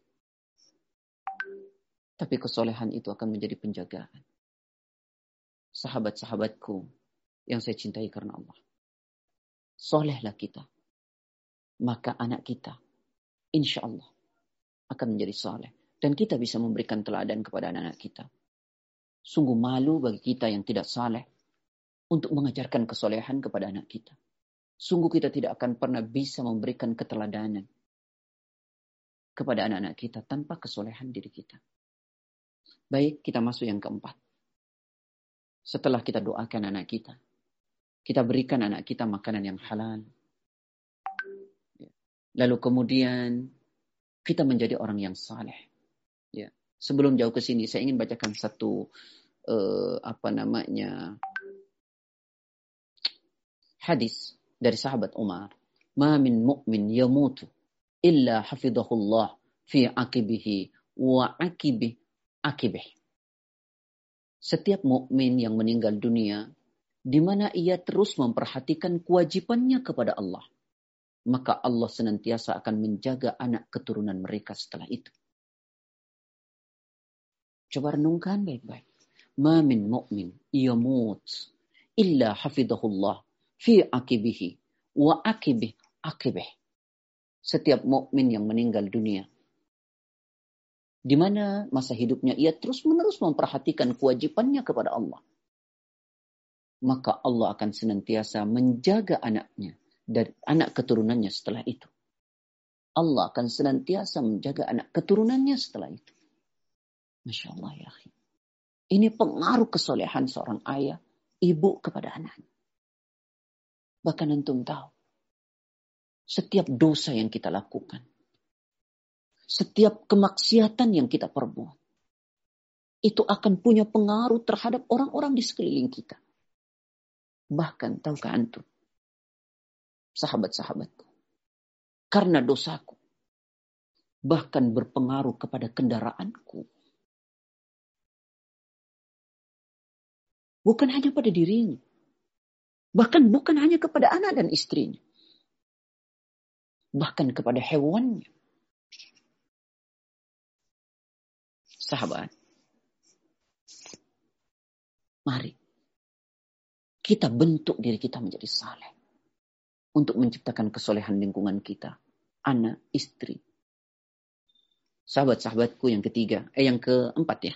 Tapi kesolehan itu akan menjadi penjagaan. Sahabat-sahabatku yang saya cintai karena Allah. Solehlah kita. Maka anak kita, insya Allah, akan menjadi soleh. Dan kita bisa memberikan teladan kepada anak-anak kita. Sungguh malu bagi kita yang tidak soleh untuk mengajarkan kesolehan kepada anak kita. Sungguh kita tidak akan pernah bisa memberikan keteladanan kepada anak-anak kita tanpa kesolehan diri kita. Baik, kita masuk yang keempat. Setelah kita doakan anak kita, kita berikan anak kita makanan yang halal. Lalu kemudian kita menjadi orang yang saleh. Ya. Sebelum jauh ke sini, saya ingin bacakan satu hadis dari sahabat Umar. Ma min mu'min yamutu illa hafidhahullah fi aqibihi wa akibih. Setiap mukmin yang meninggal dunia, di mana ia terus memperhatikan kewajibannya kepada Allah, maka Allah senantiasa akan menjaga anak keturunan mereka setelah itu. Coba renungkan baik-baik. Ma min mu'min yamut illa hafidhahullah fi aqibihi wa akibih. Setiap mukmin yang meninggal dunia, di mana masa hidupnya ia terus-menerus memperhatikan kewajibannya kepada Allah, maka Allah akan senantiasa menjaga anaknya dan anak keturunannya setelah itu. Allah akan senantiasa menjaga anak keturunannya setelah itu. Masya Allah ya akhi. Ini pengaruh kesolehan seorang ayah, ibu kepada anaknya. Bahkan antum tahu, setiap dosa yang kita lakukan, setiap kemaksiatan yang kita perbuat, itu akan punya pengaruh terhadap orang-orang di sekeliling kita. Bahkan tahukah antum, sahabat-sahabatku, karena dosaku, bahkan berpengaruh kepada kendaraanku. Bukan hanya pada dirinya, bahkan bukan hanya kepada anak dan istrinya, bahkan kepada hewannya. Sahabat, mari kita bentuk diri kita menjadi saleh untuk menciptakan kesolehan lingkungan kita, anak, istri. Sahabat-sahabatku yang keempat,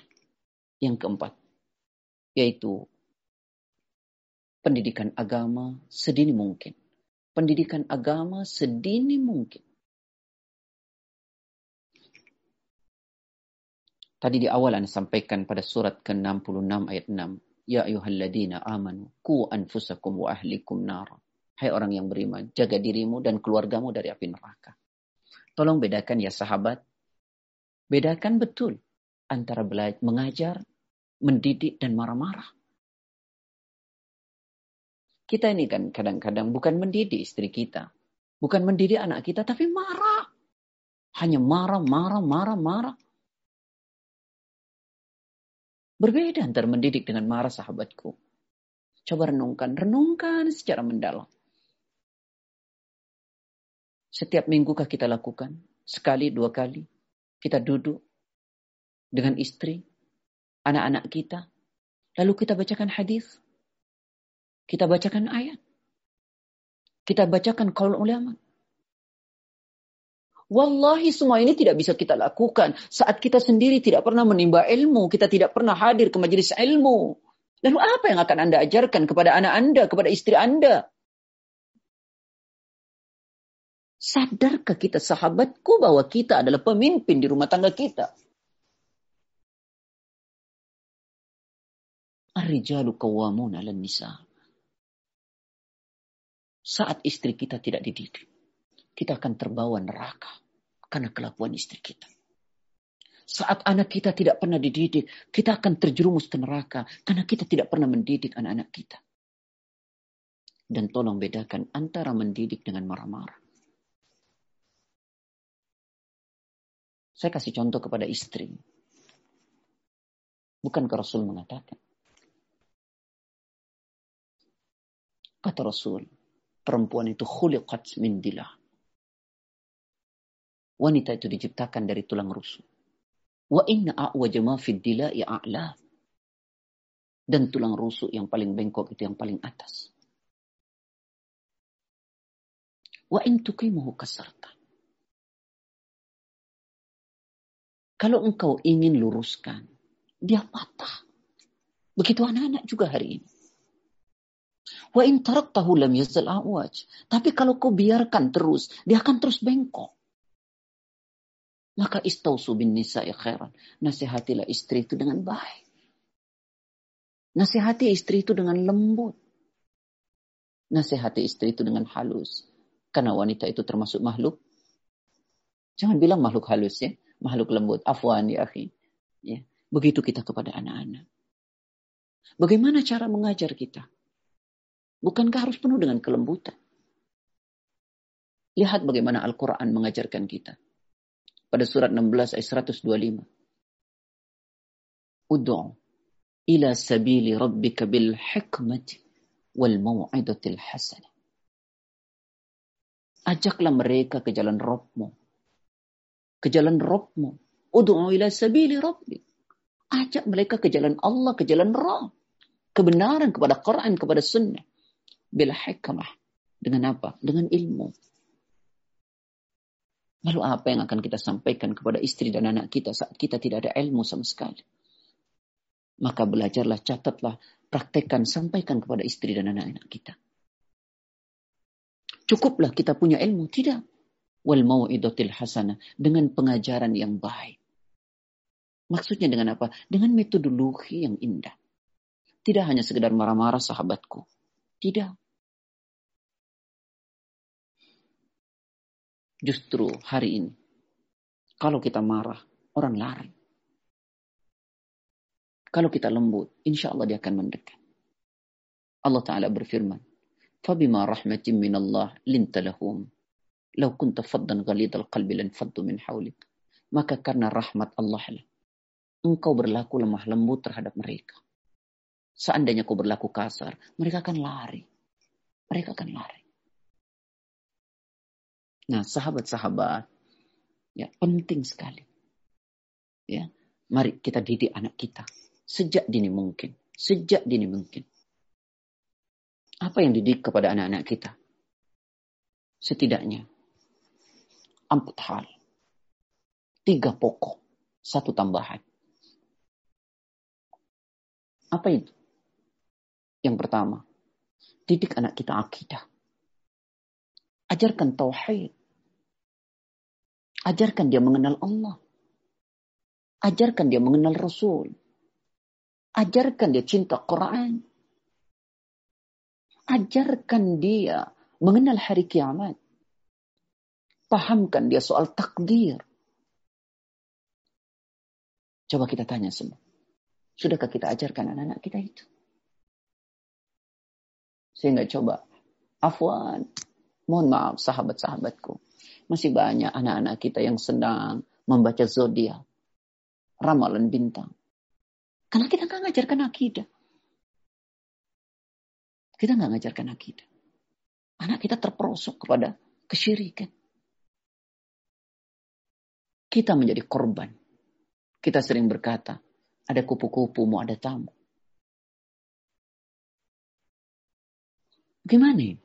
yaitu pendidikan agama sedini mungkin. Pendidikan agama sedini mungkin. Tadi di awal Anda sampaikan pada surat ke-66 ayat 6. Ya ayyuhalladzina amanu qu anfusakum wa ahlikum nara. Hai orang yang beriman, jaga dirimu dan keluargamu dari api neraka. Tolong bedakan ya sahabat. Bedakan betul antara mengajar, mendidik, dan marah-marah. Kita ini kan kadang-kadang bukan mendidik istri kita. Bukan mendidik anak kita, tapi marah. Hanya marah. Berbeda antara mendidik dengan marah, sahabatku. Coba renungkan secara mendalam. Setiap minggu kita lakukan? Sekali, 2 kali. Kita duduk dengan istri, anak-anak kita. Lalu kita bacakan hadis. Kita bacakan ayat. Kita bacakan qaul ulama. Wallahi semua ini tidak bisa kita lakukan saat kita sendiri tidak pernah menimba ilmu, kita tidak pernah hadir ke majelis ilmu. Lalu apa yang akan Anda ajarkan kepada anak Anda, kepada istri Anda? Sadarkah kita sahabatku bahwa kita adalah pemimpin di rumah tangga kita? Ar-rijalu qawwamuna 'alan nisa. Saat istri kita tidak dididik, kita akan terbawa neraka karena kelakuan istri kita. Saat anak kita tidak pernah dididik, kita akan terjerumus ke neraka karena kita tidak pernah mendidik anak-anak kita. Dan tolong bedakan antara mendidik dengan marah-marah. Saya kasih contoh kepada istri. Bukankah Rasul mengatakan? Kata Rasul, perempuan itu khuliqat min dilah. Wanita itu diciptakan dari tulang rusuk. Wa inna a'waja ma fid dila'i a'la. Dan tulang rusuk yang paling bengkok itu yang paling atas. Wa in tuqimuhu kasarta. Kalau engkau ingin luruskan, dia patah. Begitu anak-anak juga hari ini. Wa in taraktahu lam yazal a'waj. Tapi kalau kau biarkan terus, dia akan terus bengkok. Maka istausu bin nisa'i khairan. Nasihatilah istri itu dengan baik. Nasihati istri itu dengan lembut. Nasihati istri itu dengan halus. Karena wanita itu termasuk makhluk. Jangan bilang makhluk halus ya. Makhluk lembut. Afwan ya akhi. Ya. Begitu kita kepada anak-anak. Bagaimana cara mengajar kita? Bukankah harus penuh dengan kelembutan? Lihat bagaimana Al-Quran mengajarkan kita. Pada surat 16 ayat 125. Ud'u ila sabili rabbika bil hikmati wal mau'idatil hasanah. Ajaklah mereka ke jalan Rabbmu. Ke jalan Rabbmu. Ud'u ila sabili rabbik. Ajak mereka ke jalan Allah, ke jalan Rabb. Kebenaran kepada Quran, kepada sunnah. Bil hikmah. Dengan apa? Dengan ilmu. Lalu apa yang akan kita sampaikan kepada istri dan anak kita saat kita tidak ada ilmu sama sekali? Maka belajarlah, catatlah, praktekkan, sampaikan kepada istri dan anak-anak kita. Cukuplah kita punya ilmu? Tidak. Wal mau'idatil hasanah. Dengan pengajaran yang baik. Maksudnya dengan apa? Dengan metodologi yang indah. Tidak hanya sekedar marah-marah sahabatku. Tidak. Justru hari ini, kalau kita marah, orang lari. Kalau kita lembut, insya Allah dia akan mendekat. Allah Ta'ala berfirman, فَبِمَا رَحْمَةٍ مِّنَ اللَّهِ لِنْتَ لَهُمْ لَوْ كُنْتَ فَضًّا غَلِيظَ الْقَلْبِ لَانْفَضُّوا مِنْ حَوْلِكَ. Maka karena rahmat Allah lah, engkau berlaku lemah lembut terhadap mereka. Seandainya kau berlaku kasar, mereka akan lari. Mereka akan lari. Nah, sahabat-sahabat, ya penting sekali. Ya, mari kita didik anak kita sejak dini mungkin. Sejak dini mungkin. Apa yang didik kepada anak-anak kita? Setidaknya 4 hal. 3 pokok, 1 tambahan. Apa itu? Yang pertama, didik anak kita akidah. Ajarkan tauhid. Ajarkan dia mengenal Allah. Ajarkan dia mengenal Rasul. Ajarkan dia cinta Quran. Ajarkan dia mengenal hari kiamat. Pahamkan dia soal takdir. Coba kita tanya semua. Sudahkah kita ajarkan anak-anak kita itu? Sehingga coba. Afwan. Mohon maaf sahabat-sahabatku. Masih banyak anak-anak kita yang senang membaca zodiak. Ramalan bintang. Karena kita nggak ngajarkan akidah. Kita nggak ngajarkan akidah. Anak kita terperosok kepada kesyirikan. Kita menjadi korban. Kita sering berkata, ada kupu-kupu mau ada tamu. Gimana ini?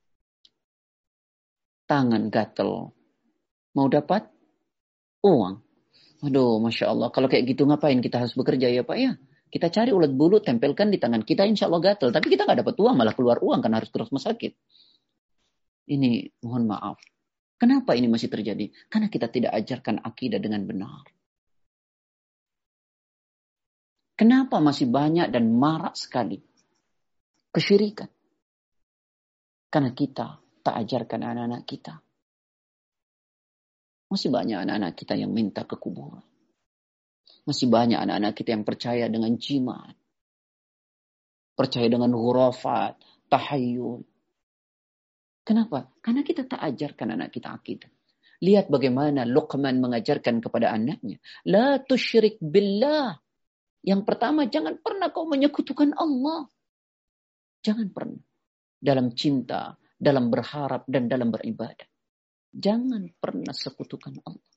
Tangan gatel. Mau dapat uang. Aduh, Masya Allah. Kalau kayak gitu ngapain kita harus bekerja ya Pak ya? Kita cari ulat bulu, tempelkan di tangan kita, insya Allah gatel. Tapi kita nggak dapat uang, malah keluar uang karena harus terus rumah sakit. Ini mohon maaf. Kenapa ini masih terjadi? Karena kita tidak ajarkan akidah dengan benar. Kenapa masih banyak dan marak sekali kesyirikan? Karena kita tak ajarkan anak-anak kita. Masih banyak anak-anak kita yang minta ke kuburan. Masih banyak anak-anak kita yang percaya dengan jimat. Percaya dengan hurafat, tahayul. Kenapa? Karena kita tak ajarkan anak kita akidah. Lihat bagaimana Luqman mengajarkan kepada anaknya. La tusyrik billah. Yang pertama, jangan pernah kau menyekutukan Allah. Jangan pernah. Dalam cinta, dalam berharap, dan dalam beribadah. Jangan pernah sekutukan Allah.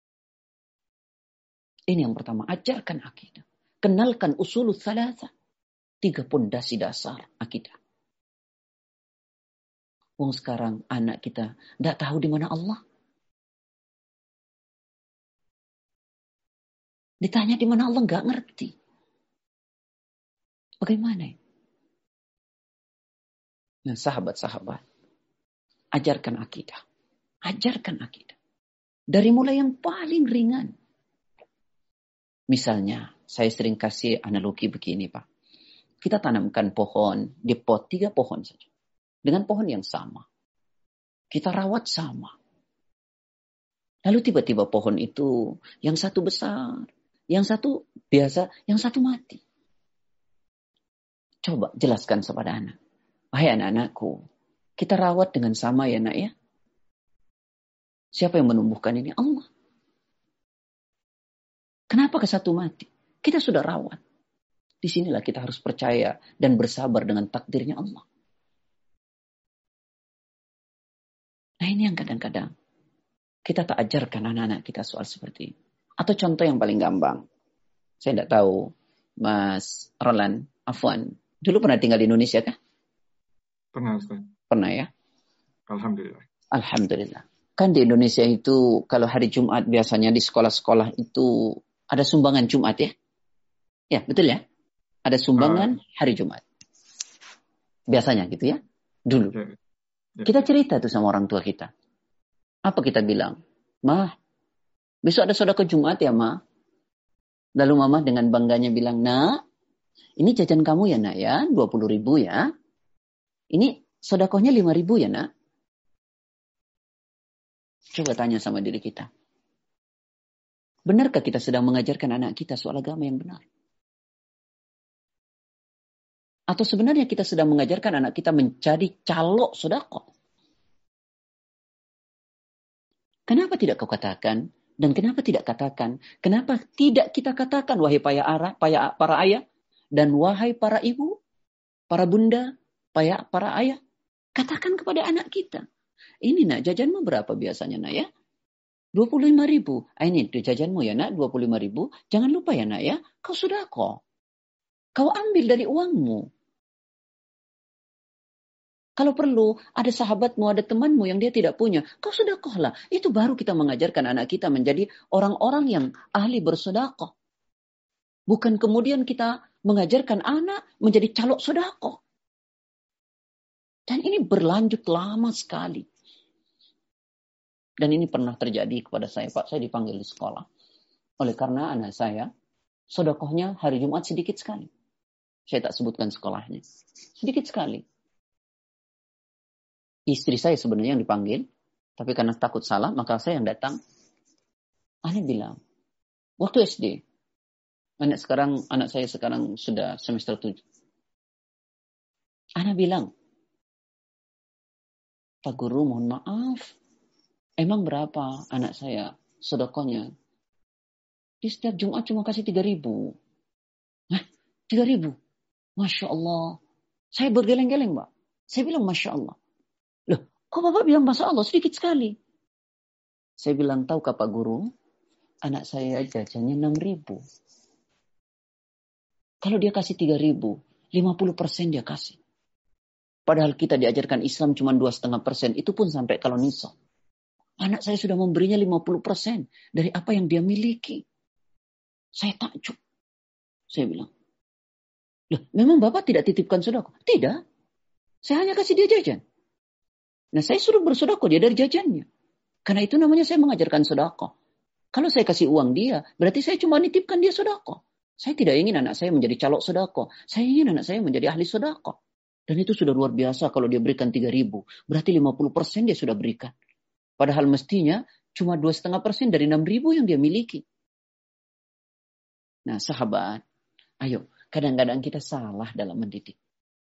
Ini yang pertama, ajarkan akidah. Kenalkan usulul thalatha. 3 pondasi dasar akidah. Wong sekarang anak kita tidak tahu di mana Allah. Ditanya di mana Allah nggak ngerti. Bagaimana ya? Nah, sahabat-sahabat, ajarkan akidah. Ajarkan akidah. Dari mulai yang paling ringan. Misalnya, saya sering kasih analogi begini, Pak. Kita tanamkan pohon di pot 3 pohon saja. Dengan pohon yang sama. Kita rawat sama. Lalu tiba-tiba pohon itu yang satu besar, yang satu biasa, yang satu mati. Coba jelaskan kepada anak. Wahai anak-anakku, kita rawat dengan sama ya nak ya. Siapa yang menumbuhkan ini? Allah. Kenapa ke satu mati? Kita sudah rawat. Disinilah kita harus percaya dan bersabar dengan takdirnya Allah. Nah ini yang kadang-kadang kita tak ajarkan anak-anak kita soal seperti ini. Atau contoh yang paling gampang. Saya tidak tahu, Mas Roland, Afwan, dulu pernah tinggal di Indonesia kah? Pernah, Ustaz. Pernah ya? Alhamdulillah. Alhamdulillah. Kan di Indonesia itu kalau hari Jumat biasanya di sekolah-sekolah itu ada sumbangan Jumat ya? Ya, betul ya? Ada sumbangan hari Jumat. Biasanya gitu ya? Dulu. Ya. Kita cerita tuh sama orang tua kita. Apa kita bilang? Mah, besok ada sedekah Jumat ya, Mah? Lalu Mama dengan bangganya bilang, Nak, ini jajan kamu ya, Nak ya, 20.000 ya. Ini sedekahnya 5.000 ya, Nak. Coba tanya sama diri kita. Benarkah kita sedang mengajarkan anak kita soal agama yang benar? Atau sebenarnya kita sedang mengajarkan anak kita menjadi calok sedekah? Kenapa tidak kau katakan? Dan kenapa tidak katakan? Kenapa tidak kita katakan, wahai para ayah, dan wahai para ibu, para bunda, para ayah, katakan kepada anak kita. Ini nak, jajanmu berapa biasanya nak ya? 25.000. Ini jajanmu ya nak, 25.000. Jangan lupa ya nak ya, kau sedekah. Kau ambil dari uangmu. Kalau perlu, ada sahabatmu, ada temanmu yang dia tidak punya. Kau sedekahlah. Itu baru kita mengajarkan anak kita menjadi orang-orang yang ahli bersedekah. Bukan kemudian kita mengajarkan anak menjadi calok sedekah. Dan ini berlanjut lama sekali. Dan ini pernah terjadi kepada saya, Pak. Saya dipanggil di sekolah. Oleh karena anak saya, sedekahnya hari Jumat sedikit sekali. Saya tak sebutkan sekolahnya. Sedikit sekali. Istri saya sebenarnya yang dipanggil, tapi karena takut salah, maka saya yang datang. Ana bilang, waktu SD, anak saya sekarang sudah semester 7. Ana bilang, Pak Guru mohon maaf, emang berapa anak saya sedekahnya? Di setiap Jumat cuma kasih 3.000. Hah? 3.000? Masya Allah. Saya bergeleng-geleng, Mbak. Saya bilang, Masya Allah. Loh, kok Bapak bilang Masya Allah sedikit sekali? Saya bilang, tahukah Pak Guru, anak saya jajannya 6.000. Kalau dia kasih 3.000, 50% dia kasih. Padahal kita diajarkan Islam cuma 2,5%. Itu pun sampai kalau nisab. Anak saya sudah memberinya 50% dari apa yang dia miliki. Saya takjub. Saya bilang, loh, memang Bapak tidak titipkan sedekah? Tidak. Saya hanya kasih dia jajan. Nah, saya suruh bersedekah dia dari jajannya. Karena itu namanya saya mengajarkan sedekah. Kalau saya kasih uang dia, berarti saya cuma nitipkan dia sedekah. Saya tidak ingin anak saya menjadi calok sedekah. Saya ingin anak saya menjadi ahli sedekah. Dan itu sudah luar biasa kalau dia berikan 3.000. Berarti 50% dia sudah berikan. Padahal mestinya cuma 2,5% dari 6.000 yang dia miliki. Nah sahabat, ayo, kadang-kadang kita salah dalam mendidik.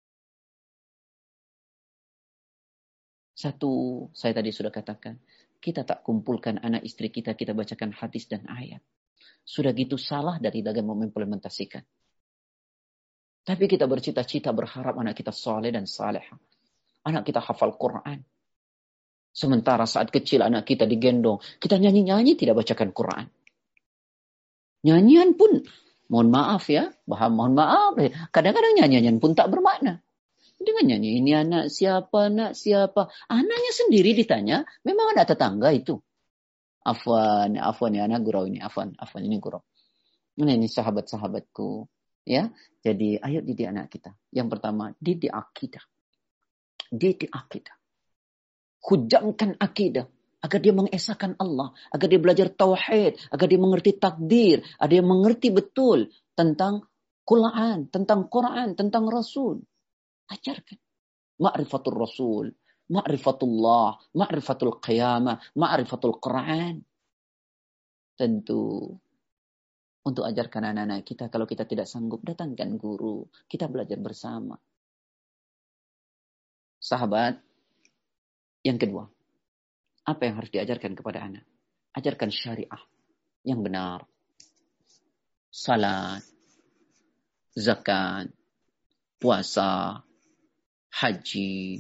Satu, saya tadi sudah katakan, kita tak kumpulkan anak istri kita, kita bacakan hadis dan ayat. Sudah gitu salah dari dalam mengimplementasikan. Tapi kita bercita-cita berharap anak kita soleh dan salehah. Anak kita hafal Quran. Sementara saat kecil anak kita digendong, kita nyanyi-nyanyi tidak bacakan Quran. Nyanyian pun, mohon maaf ya, mohon maaf. Kadang-kadang nyanyian pun tak bermakna. Dengan nyanyi, ini anak siapa, nak siapa. Anaknya sendiri ditanya, memang anak tetangga itu. Afwan ya anak gurau ini, afwan ini gurau. Ini sahabat-sahabatku. Ya, jadi ayo didik anak kita. Yang pertama, didik akidah. Didik akidah. Hujamkan akidah. Agar dia mengesahkan Allah. Agar dia belajar tauhid. Agar dia mengerti takdir. Agar dia mengerti betul tentang Quran. Tentang Quran. Tentang Rasul. Ajarkan. Ma'rifatul Rasul. Ma'rifatullah. Ma'rifatul qiyamah. Ma'rifatul Quran. Tentu. Untuk ajarkan anak-anak kita, kalau kita tidak sanggup, datangkan guru. Kita belajar bersama. Sahabat, yang kedua. Apa yang harus diajarkan kepada anak? Ajarkan syariah yang benar. Salat, zakat, puasa, haji,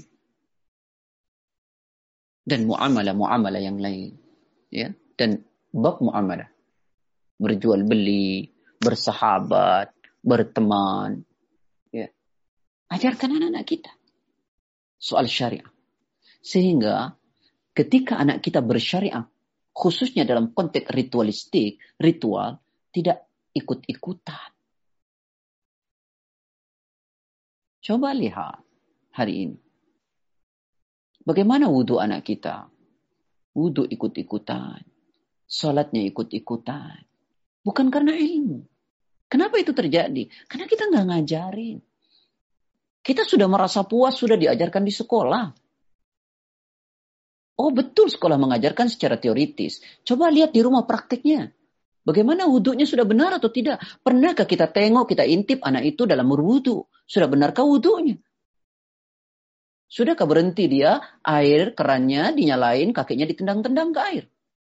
dan muamalah-muamalah yang lain. Ya, dan bab muamalah. Berjual beli, bersahabat, berteman. Ya. Ajarkan anak-anak kita soal syariah. Sehingga ketika anak kita bersyariah, khususnya dalam konteks ritual, tidak ikut-ikutan. Coba lihat hari ini. Bagaimana wudhu anak kita? Wudhu ikut-ikutan. Salatnya ikut-ikutan. Bukan karena ilmu. Kenapa itu terjadi? Karena kita nggak ngajarin. Kita sudah merasa puas, sudah diajarkan di sekolah. Oh betul sekolah mengajarkan secara teoritis. Coba lihat di rumah praktiknya. Bagaimana wudhunya sudah benar atau tidak? Pernahkah kita tengok, kita intip anak itu dalam berwudhu? Sudah benarkah wudhunya? Sudahkah berhenti dia, air kerannya dinyalain, kakinya ditendang-tendang ke air?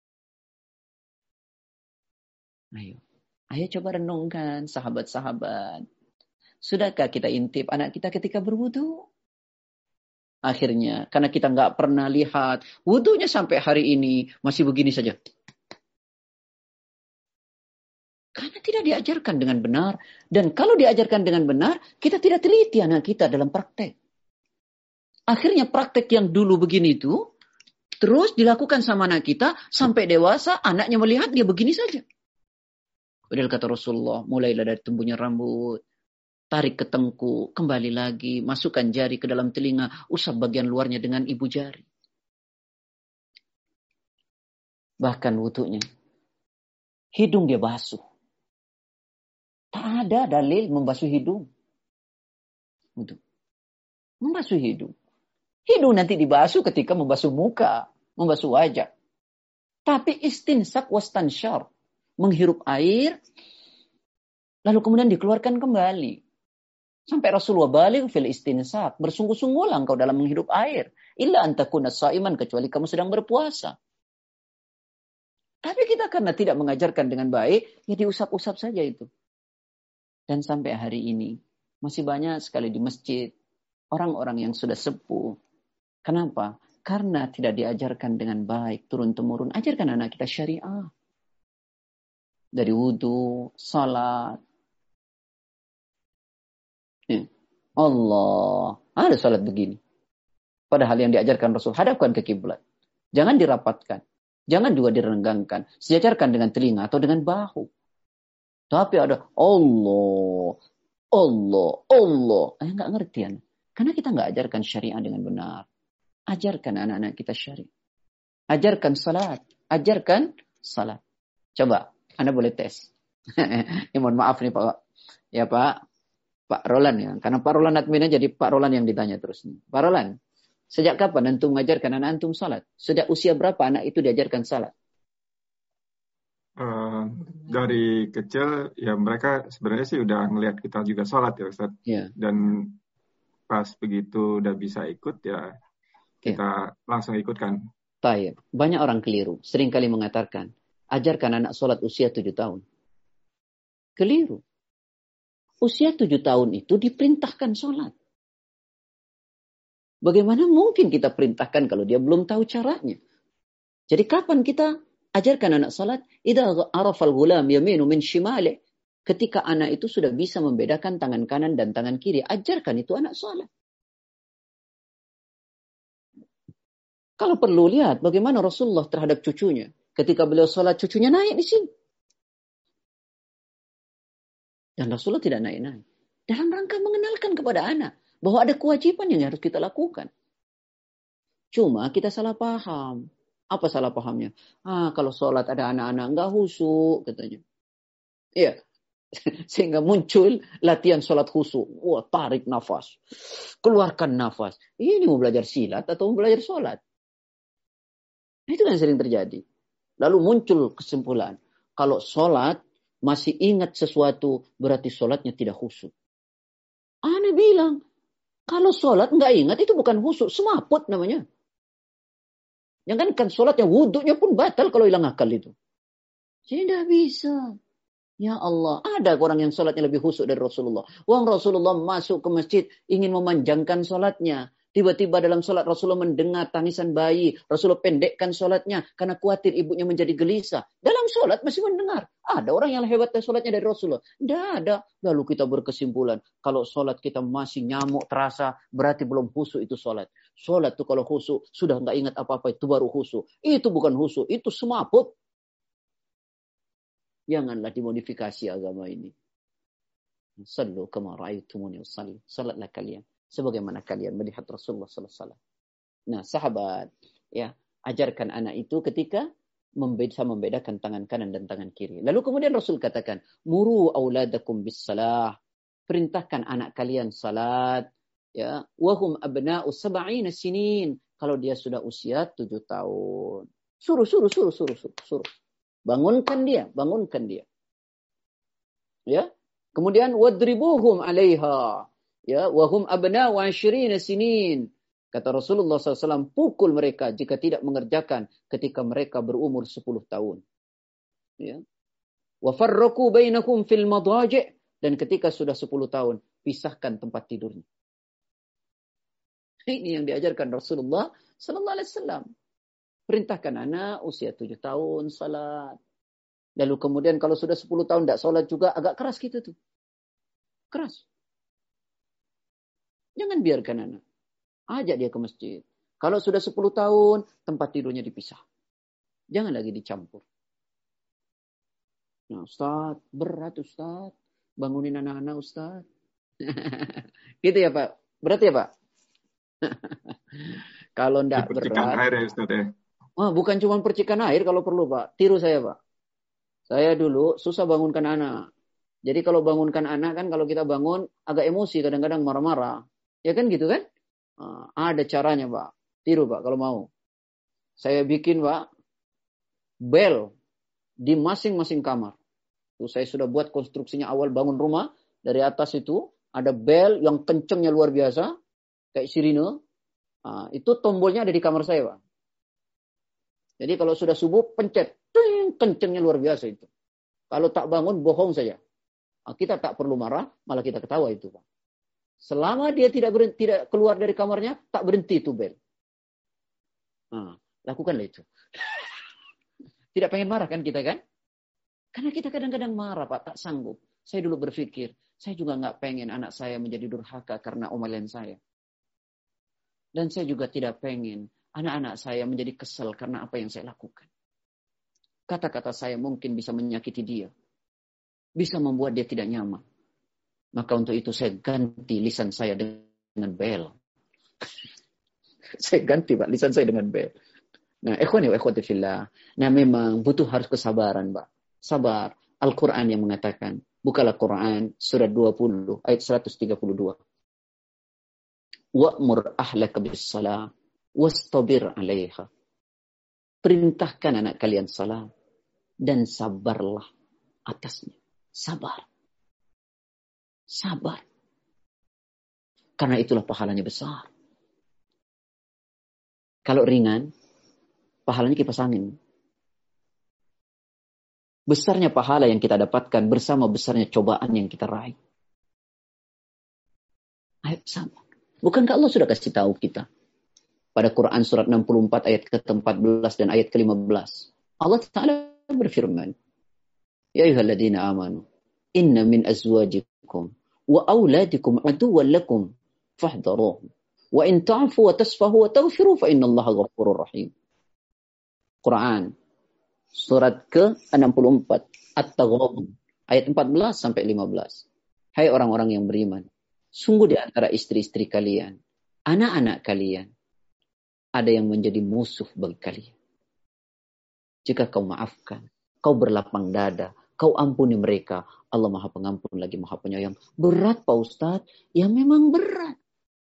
Ayo coba renungkan sahabat-sahabat. Sudahkah kita intip anak kita ketika berwudu? Akhirnya, karena kita nggak pernah lihat wudunya sampai hari ini masih begini saja. Karena tidak diajarkan dengan benar. Dan kalau diajarkan dengan benar, kita tidak teliti anak kita dalam praktek. Akhirnya praktek yang dulu begini itu, terus dilakukan sama anak kita, sampai dewasa, anaknya melihat dia begini saja. Padahal kata Rasulullah, mulailah dari tumbuhnya rambut, tarik ke tengkuk, kembali lagi, masukkan jari ke dalam telinga, usap bagian luarnya dengan ibu jari. Bahkan wudunya, hidung dia basuh. Tak ada dalil membasuh hidung. Wudu. Membasuh hidung. Hidung nanti dibasuh ketika membasuh muka, membasuh wajah. Tapi istinsak wastansyar. Menghirup air, lalu kemudian dikeluarkan kembali. Sampai Rasulullah balik fil istinsak. Bersungguh-sungguhlah engkau dalam menghirup air. Illa antakuna sa'iman, kecuali kamu sedang berpuasa. Tapi kita karena tidak mengajarkan dengan baik, ya diusap-usap saja itu. Dan sampai hari ini, masih banyak sekali di masjid, orang-orang yang sudah sepuh. Kenapa? Karena tidak diajarkan dengan baik, turun-temurun. Ajarkan anak kita syariah. Dari wudu, salat. Allah, ada salat begini. Padahal yang diajarkan Rasul, hadapkan ke kiblat. Jangan dirapatkan. Jangan juga direnggangkan. Sejajarkan dengan telinga atau dengan bahu. Tapi ada Allah. Nggak ngerti ya. Karena kita nggak ajarkan syariah dengan benar. Ajarkan anak-anak kita syariah. Ajarkan salat. Coba. Anda boleh tes. Ya, mohon maaf nih Pak. Ya Pak. Pak Roland ya. Karena Pak Roland adminnya jadi Pak Roland yang ditanya terus nih. Pak Roland, sejak kapan antum mengajarkan anak antum salat? Sejak usia berapa anak itu diajarkan salat? Dari kecil ya mereka sebenarnya sih udah ngelihat kita juga sholat ya Ustaz. Ya. Dan pas begitu udah bisa ikut ya kita langsung ikutkan. Taib. Banyak orang keliru. Seringkali mengatakan, ajarkan anak sholat usia 7 tahun. Keliru. Usia 7 tahun itu diperintahkan sholat. Bagaimana mungkin kita perintahkan kalau dia belum tahu caranya? Jadi kapan kita ajarkan anak sholat? Idza arafal ghulam yaminu min shimali. Ketika anak itu sudah bisa membedakan tangan kanan dan tangan kiri, ajarkan itu anak sholat. Kalau perlu lihat bagaimana Rasulullah terhadap cucunya. Ketika beliau sholat, cucunya naik di sini. Dan Rasulullah tidak naik-naik. Dalam rangka mengenalkan kepada anak bahwa ada kewajiban yang harus kita lakukan. Cuma kita salah paham. Apa salah pahamnya? Kalau sholat ada anak-anak enggak khusyuk katanya. Iya. Sehingga muncul latihan sholat khusyuk. Wah, tarik nafas. Keluarkan nafas. Ini mau belajar silat atau mau belajar sholat? Itu yang sering terjadi. Lalu muncul kesimpulan. Kalau sholat masih ingat sesuatu, berarti sholatnya tidak khusyuk. Ana bilang, kalau sholat nggak ingat itu bukan khusyuk, semaput namanya. Jangankan sholatnya, wudhunya pun batal kalau hilang akal itu. Tidak bisa. Ya Allah, ada orang yang sholatnya lebih khusyuk dari Rasulullah. Wong Rasulullah masuk ke masjid ingin memanjangkan sholatnya. Tiba-tiba dalam sholat Rasulullah mendengar tangisan bayi. Rasulullah pendekkan sholatnya karena khawatir ibunya menjadi gelisah. Dalam sholat masih mendengar. Ada orang yang hebat sholatnya dari Rasulullah. Tidak ada. Lalu kita berkesimpulan. Kalau sholat kita masih nyamuk terasa, berarti belum khusyuk itu sholat. Sholat itu kalau khusyuk, sudah nggak ingat apa-apa, itu baru khusyuk. Itu bukan khusyuk, itu semaput. Janganlah dimodifikasi agama ini. Sallu kama ra'aitumuni usalli. Salatlah kalian sebagaimana kalian melihat Rasulullah sallallahu alaihi wasallam. Nah, sahabat, ya, ajarkan anak itu ketika bisa membedakan tangan kanan dan tangan kiri. Lalu kemudian Rasul katakan, "Muru auladakum bis-salah." Perintahkan anak kalian salat, ya, wa hum abna'u 70 sinin. Kalau dia sudah usia 7 tahun. Suruh. Bangunkan dia. Ya. Kemudian wadribuhum 'alaiha. Ya, wahum abna'u 20 sinin. Kata Rasulullah SAW, pukul mereka jika tidak mengerjakan ketika mereka berumur 10 tahun. Ya. Wa farraqu bainakum fil madaji', dan ketika sudah 10 tahun, pisahkan tempat tidurnya. Ini yang diajarkan Rasulullah SAW. Perintahkan anak usia 7 tahun salat. Lalu kemudian kalau sudah 10 tahun tidak salat juga, agak keras gitu tuh. Keras. Jangan biarkan anak. Ajak dia ke masjid. Kalau sudah 10 tahun, tempat tidurnya dipisah. Jangan lagi dicampur. Nah, Ustaz, berat Ustaz. Bangunin anak-anak Ustaz. Gitu ya Pak? Berat ya Pak? Kalau enggak berat. Percikan air ya Ustaz ya? Bukan cuma percikan air kalau perlu Pak. Tiru saya Pak. Saya dulu susah bangunkan anak. Jadi kalau bangunkan anak kan kalau kita bangun agak emosi, kadang-kadang marah-marah. Ya kan gitu kan? Ada caranya Pak. Tiru Pak kalau mau. Saya bikin Pak bel di masing-masing kamar. Tuh, saya sudah buat konstruksinya awal bangun rumah. Dari atas itu ada bel yang kencengnya luar biasa. Kayak sirine. Itu tombolnya ada di kamar saya Pak. Jadi kalau sudah subuh pencet. Kencengnya luar biasa itu. Kalau tak bangun bohong saja. Kita tak perlu marah. Malah kita ketawa itu Pak. Selama dia tidak keluar dari kamarnya, tak berhenti itu bel. Lakukanlah itu. Tidak pengen marah kan kita kan? Karena kita kadang-kadang marah Pak, tak sanggup. Saya dulu berpikir, saya juga nggak pengen anak saya menjadi durhaka karena omelan saya. Dan saya juga tidak pengen anak-anak saya menjadi kesal karena apa yang saya lakukan. Kata-kata saya mungkin bisa menyakiti dia. Bisa membuat dia tidak nyaman. Maka untuk itu saya ganti lisan saya dengan bel. Saya ganti Pak lisan saya dengan bel. Nah, ikhwani wa ikhwati fillah. Nah, memang butuh harus kesabaran, Pak. Sabar. Al-Quran yang mengatakan, Bukalah Quran surat 20 ayat 132. Wa'mur ahlaka bis-shalah wastabir 'alaiha. Perintahkan anak kalian salat dan sabarlah atasnya. Sabar. Sabar. Karena itulah pahalanya besar. Kalau ringan, pahalanya kipas angin. Besarnya pahala yang kita dapatkan bersama besarnya cobaan yang kita raih. Ayo sama. Bukankah Allah sudah kasih tahu kita pada Quran surat 64 ayat ke-14 dan ayat ke-15. Allah Ta'ala berfirman, Ya ayyuhalladzina amanu, inna min azwajikum wa auladikum aduwwan lakum fahdharuhum. Wa in ta'fu wa tasfahu wa taghfiru fa innallaha ghafurur rahim. Quran surat ke-64 At-Taghabun ayat 14 sampai 15. Hai orang-orang yang beriman, sungguh di antara istri-istri kalian, anak-anak kalian, ada yang menjadi musuh bagi kalian. Jika kau maafkan, kau berlapang dada, kau ampuni mereka, Allah Maha Pengampun lagi Maha Penyayang. Berat Pak Ustadz? Ya memang berat.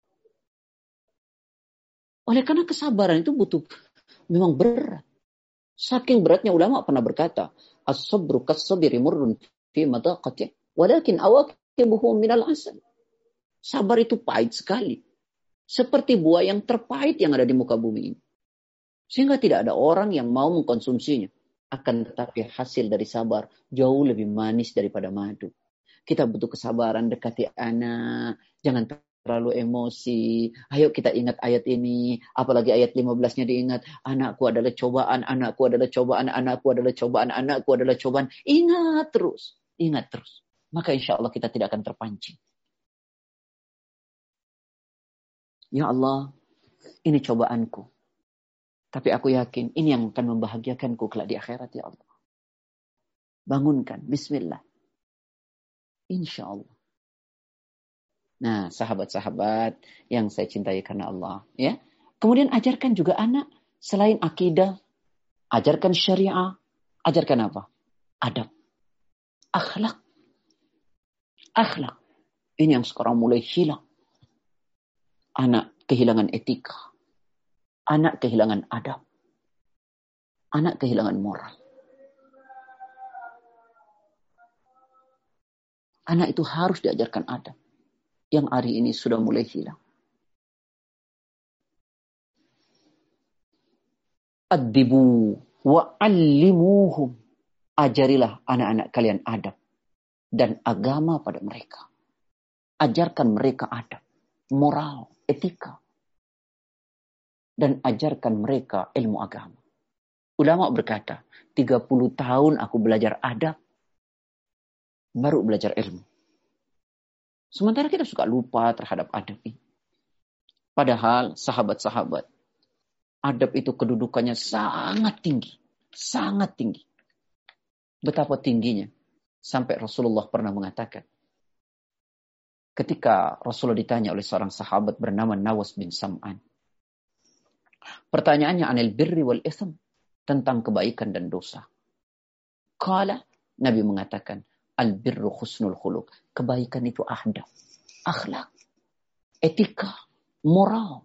Oleh karena kesabaran itu memang berat. Saking beratnya ulama pernah berkata, as-sabru kas-sabiri murrun fi madaqati, walakin awaqibuhu minal asal. Sabar itu pahit sekali. Seperti buah yang terpahit yang ada di muka bumi ini. Sehingga tidak ada orang yang mau mengkonsumsinya. Akan tetapi hasil dari sabar jauh lebih manis daripada madu. Kita butuh kesabaran, dekati anak. Jangan terlalu emosi. Ayo kita ingat ayat ini. Apalagi ayat 15-nya diingat. Anakku adalah cobaan, anakku adalah cobaan, anakku adalah cobaan, anakku adalah cobaan. Ingat terus. Ingat terus. Maka insya Allah kita tidak akan terpancing. Ya Allah, ini cobaanku. Tapi aku yakin ini yang akan membahagiakanku kelak di akhirat, ya Allah. Bangunkan, bismillah. Insya Allah. Nah, sahabat-sahabat yang saya cintai karena Allah. Ya. Kemudian ajarkan juga anak, selain akidah, ajarkan syariah, ajarkan apa? Adab. Akhlak. Akhlak. Ini yang sekarang mulai hilang. Anak kehilangan etika. Anak kehilangan adab. Anak kehilangan moral. Anak itu harus diajarkan adab. Yang hari ini sudah mulai hilang. Addibu wa'allimuhum. Ajarilah anak-anak kalian adab. Dan agama pada mereka. Ajarkan mereka adab. Moral, etika. Dan ajarkan mereka ilmu agama. Ulama berkata, 30 tahun aku belajar adab, baru belajar ilmu. Sementara kita suka lupa terhadap adab ini. Padahal sahabat-sahabat, adab itu kedudukannya sangat tinggi. Sangat tinggi. Betapa tingginya. Sampai Rasulullah pernah mengatakan, ketika Rasulullah ditanya oleh seorang sahabat bernama Nawas bin Sam'an. Pertanyaannya anil birri wal itsm, tentang kebaikan dan dosa. Qala, Nabi mengatakan, al birru husnul khuluq. Kebaikan itu adab, akhlak, etika, moral.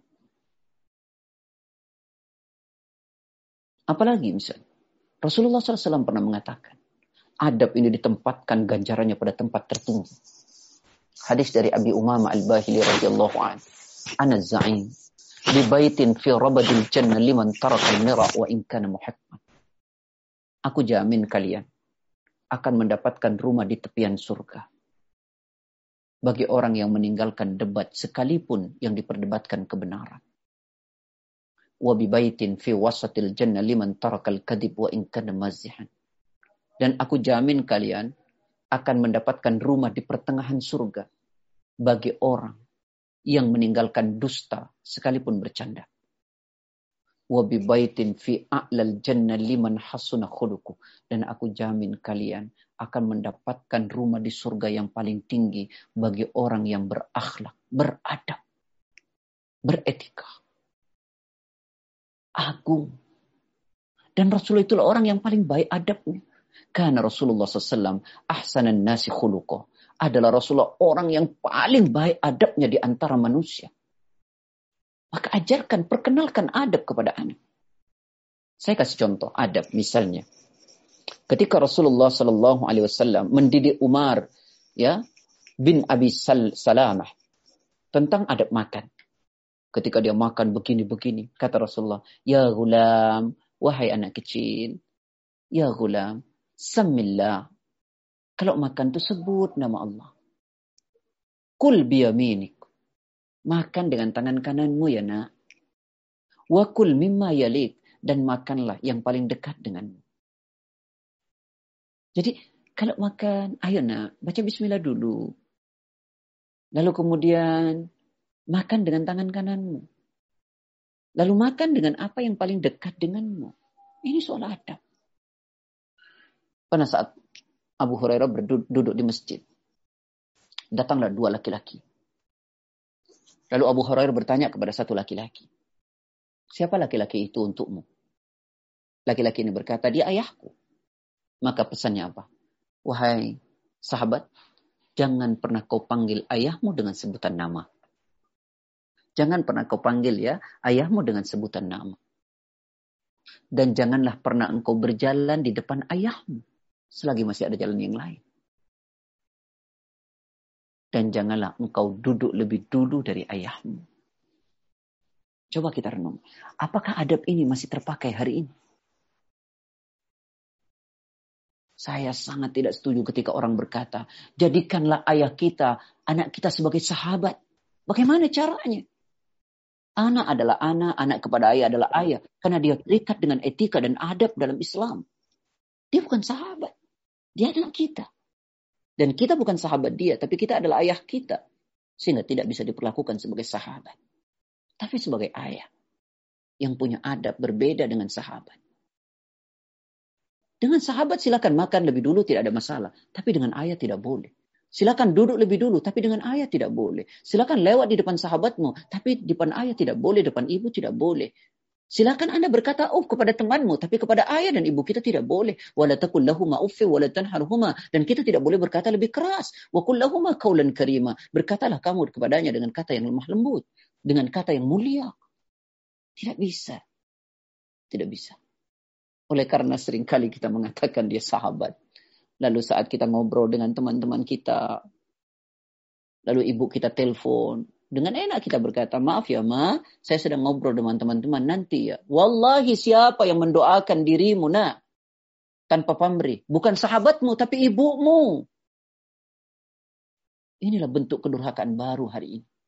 Apalagi misalnya, Rasulullah SAW pernah mengatakan, adab ini ditempatkan ganjarannya pada tempat tertinggi. Hadis dari Abi Umamah Al-Bahili radhiyallahu anhu. Ana za'im bi baitin fi rabadil jannah liman taraka al-mira wa in kana muhiqqan. Aku jamin kalian akan mendapatkan rumah di tepian surga bagi orang yang meninggalkan debat sekalipun yang diperdebatkan kebenaran. Wa bi baitin fi wasatil jannah liman taraka al-kadhib wa in kana mazihan. Dan aku jamin kalian akan mendapatkan rumah di pertengahan surga bagi orang yang meninggalkan dusta sekalipun bercanda. Wa bi baitin fi a'lal jannah liman hasuna khuluquh. Dan aku jamin kalian akan mendapatkan rumah di surga yang paling tinggi bagi orang yang berakhlak, beradab, beretika. Agung. Dan Rasulullah itulah orang yang paling baik adabnya. Karena Rasulullah SAW ahsanan nasi khuluqah. Adalah Rasulullah orang yang paling baik adabnya di antara manusia. Maka ajarkan, perkenalkan adab kepada anak. Saya kasih contoh adab misalnya. Ketika Rasulullah SAW mendidik Umar bin Abi Salamah tentang adab makan. Ketika dia makan begini-begini, kata Rasulullah, ya gulam, wahai anak kecil, ya gulam, samillah. Kalau makan itu sebut nama Allah. Kul biyaminik. Makan dengan tangan kananmu ya nak. Wa kul mimma yalik. Dan makanlah yang paling dekat denganmu. Jadi kalau makan, ayo nak, baca bismillah dulu. Lalu kemudian makan dengan tangan kananmu. Lalu makan dengan apa yang paling dekat denganmu. Ini soal adab. Pada saat Abu Hurairah duduk di masjid, datanglah dua laki-laki. Lalu Abu Hurairah bertanya kepada satu laki-laki, siapa laki-laki itu untukmu? Laki-laki ini berkata, dia ayahku. Maka pesannya apa? Wahai sahabat, jangan pernah kau panggil ayahmu dengan sebutan nama. Jangan pernah kau panggil ayahmu dengan sebutan nama. Dan janganlah pernah engkau berjalan di depan ayahmu selagi masih ada jalan yang lain. Dan janganlah engkau duduk lebih dulu dari ayahmu. Coba kita renung. Apakah adab ini masih terpakai hari ini? Saya sangat tidak setuju ketika orang berkata, jadikanlah ayah kita, anak kita sebagai sahabat. Bagaimana caranya? Anak adalah anak, anak kepada ayah adalah ayah. Karena dia terikat dengan etika dan adab dalam Islam. Dia bukan sahabat. Dia adalah kita. Dan kita bukan sahabat dia, tapi kita adalah ayah kita. Sehingga tidak bisa diperlakukan sebagai sahabat. Tapi sebagai ayah. Yang punya adab berbeda dengan sahabat. Dengan sahabat silakan makan lebih dulu, tidak ada masalah. Tapi dengan ayah tidak boleh. Silakan duduk lebih dulu, tapi dengan ayah tidak boleh. Silakan lewat di depan sahabatmu, tapi di depan ayah tidak boleh, depan ibu tidak boleh. Silakan Anda berkata kepada temanmu, tapi kepada ayah dan ibu kita tidak boleh. Wala taqul lahuma uffin wala tanharhuma, dan kita tidak boleh berkata lebih keras. Wa qul lahuma qaulan karima, berkatalah kamu kepadanya dengan kata yang lemah lembut, dengan kata yang mulia. Tidak bisa. Tidak bisa. Oleh karena seringkali kita mengatakan dia sahabat. Lalu saat kita ngobrol dengan teman-teman kita, lalu ibu kita telepon, dengan enak kita berkata, maaf ya ma, saya sedang ngobrol dengan teman-teman nanti ya. Wallahi siapa yang mendoakan dirimu nak, tanpa pamrih. Bukan sahabatmu, tapi ibumu. Inilah bentuk kedurhakaan baru hari ini.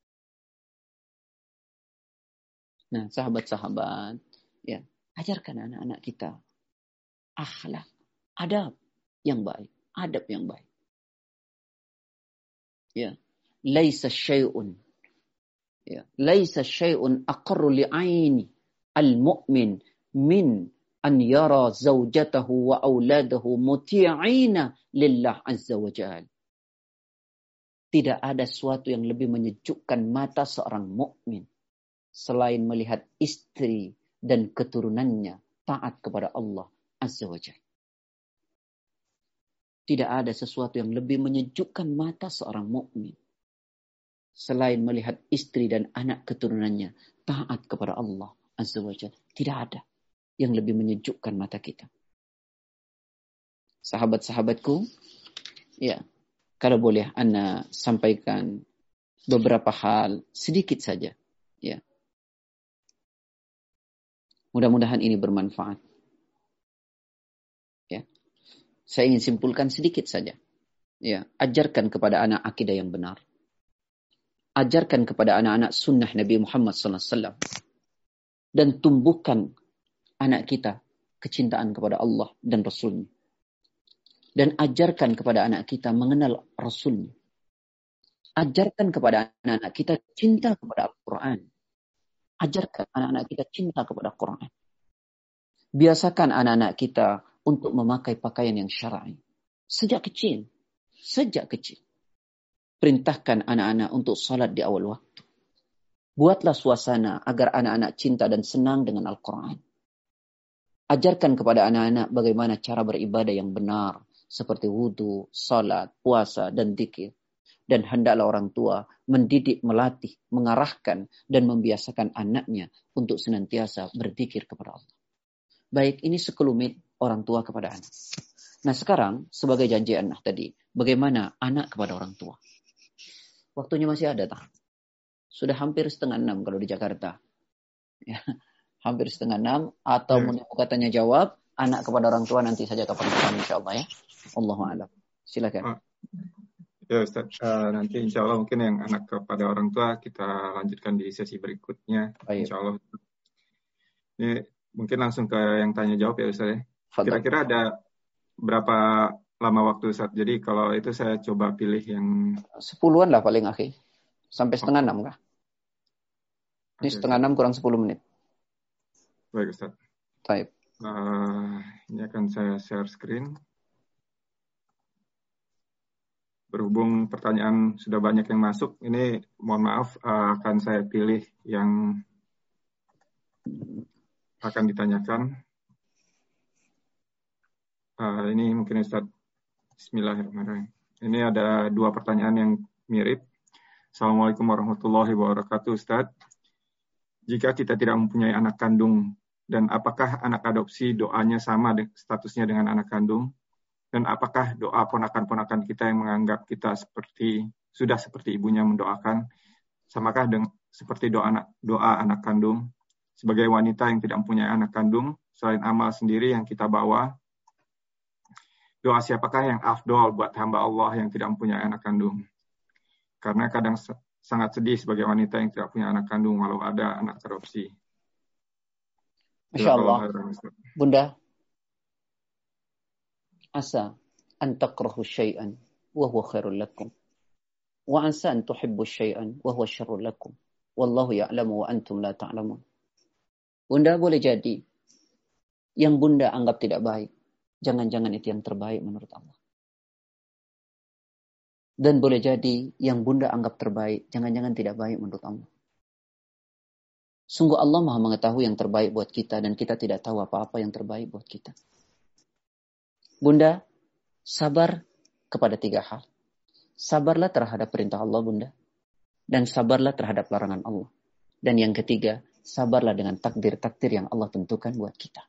Nah sahabat-sahabat, ya, ajarkan anak-anak kita akhlak, adab yang baik, adab yang baik. Ya, laisa syai'un. Ya, laisa syai'un aqarru li'aini al-mu'min min an yara zawjatahu wa auladahu muti'ina lillah azza wa jalla. Tidak ada sesuatu yang lebih menyejukkan mata seorang mukmin selain melihat istri dan keturunannya taat kepada Allah azza wa jalla. Tidak ada sesuatu yang lebih menyejukkan mata seorang mukmin selain melihat istri dan anak keturunannya taat kepada Allah azza wa jalla. Tidak ada yang lebih menyejukkan mata kita. Sahabat-sahabatku, ya, kalau boleh Ana sampaikan beberapa hal sedikit saja, ya. Mudah-mudahan ini bermanfaat. Ya. Saya ingin simpulkan sedikit saja. Ya, ajarkan kepada anak akidah yang benar. Ajarkan kepada anak-anak sunnah Nabi Muhammad SAW. Dan tumbuhkan anak kita kecintaan kepada Allah dan Rasulnya. Dan ajarkan kepada anak kita mengenal Rasulnya. Ajarkan kepada anak-anak kita cinta kepada Al-Quran. Ajarkan anak-anak kita cinta kepada Al-Quran. Biasakan anak-anak kita untuk memakai pakaian yang syar'i. Sejak kecil. Sejak kecil. Perintahkan anak-anak untuk salat di awal waktu. Buatlah suasana agar anak-anak cinta dan senang dengan Al-Quran. Ajarkan kepada anak-anak bagaimana cara beribadah yang benar, seperti wudhu, salat, puasa, dan dzikir. Dan hendaklah orang tua mendidik, melatih, mengarahkan, dan membiasakan anaknya untuk senantiasa berzikir kepada Allah. Baik, ini sekelumit orang tua kepada anak. Nah sekarang, sebagai janji anak tadi, bagaimana anak kepada orang tua? Waktunya masih ada, tak? Sudah hampir 5:30 kalau di Jakarta. Ya, hampir 5:30, atau mau tanya jawab, anak kepada orang tua nanti saja kapan-kapan insya Allah ya. Allahu a'lam. Silakan. Ya Ustaz, nanti insya Allah mungkin yang anak kepada orang tua kita lanjutkan di sesi berikutnya. Baik. Insya Allah. Ini mungkin langsung ke yang tanya jawab ya Ustaz ya. Kira-kira ada berapa lama waktu Ustaz? Jadi kalau itu saya coba pilih yang 10-an lah paling akhir. Sampai 5:30 kah? Ini 5:30 kurang 10 menit. Baik Ustaz. Baik. Ini akan saya share screen. Berhubung pertanyaan sudah banyak yang masuk, ini mohon maaf akan saya pilih yang akan ditanyakan. Ini mungkin Ustaz. Bismillahirrahmanirrahim. Ini ada 2 pertanyaan yang mirip. Assalamualaikum warahmatullahi wabarakatuh Ustaz. Jika kita tidak mempunyai anak kandung, dan apakah anak adopsi doanya sama statusnya dengan anak kandung? Dan apakah doa ponakan-ponakan kita yang menganggap kita sudah seperti ibunya mendoakan, samakah seperti doa anak kandung? Sebagai wanita yang tidak mempunyai anak kandung, selain amal sendiri yang kita bawa, doa siapakah yang afdol buat hamba Allah yang tidak mempunyai anak kandung? Karena kadang sangat sedih sebagai wanita yang tidak punya anak kandung walau ada anak adopsi. Masya Allah. Bunda, asa an takrahu syai'an wa huwa khairul lakum wa asa an tuhibbu syai'an wa huwa syarrul lakum wallahu ya'lamu wa antum la ta'lamun. Bunda, boleh jadi yang bunda anggap tidak baik, jangan-jangan itu yang terbaik menurut Allah. Dan boleh jadi yang bunda anggap terbaik, jangan-jangan tidak baik menurut Allah. Sungguh Allah Maha mengetahui yang terbaik buat kita, dan kita tidak tahu apa-apa yang terbaik buat kita. Bunda, sabar kepada 3 hal. Sabarlah terhadap perintah Allah, Bunda. Dan sabarlah terhadap larangan Allah. Dan yang ketiga, sabarlah dengan takdir-takdir yang Allah tentukan buat kita.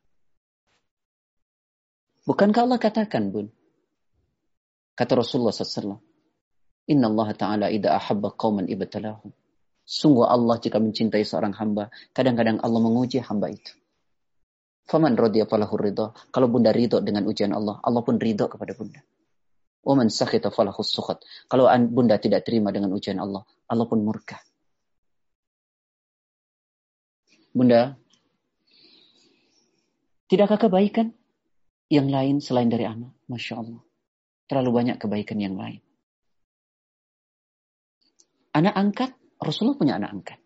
Bukankah Allah katakan, Bun? Kata Rasulullah SAW, Inna Allah Ta'ala idha ahabba qawman ibtalahum. Sungguh Allah jika mencintai seorang hamba, kadang-kadang Allah menguji hamba itu. Faman radiya falahu ridha. Kalau bunda ridho dengan ujian Allah, Allah pun ridho kepada bunda. Wa man sakhita falahu sukhat. Kalau bunda tidak terima dengan ujian Allah, Allah pun murka. Bunda, tidakkah kebaikan yang lain selain dari anak? Masya Allah. Terlalu banyak kebaikan yang lain. Anak angkat, Rasulullah punya anak angkat.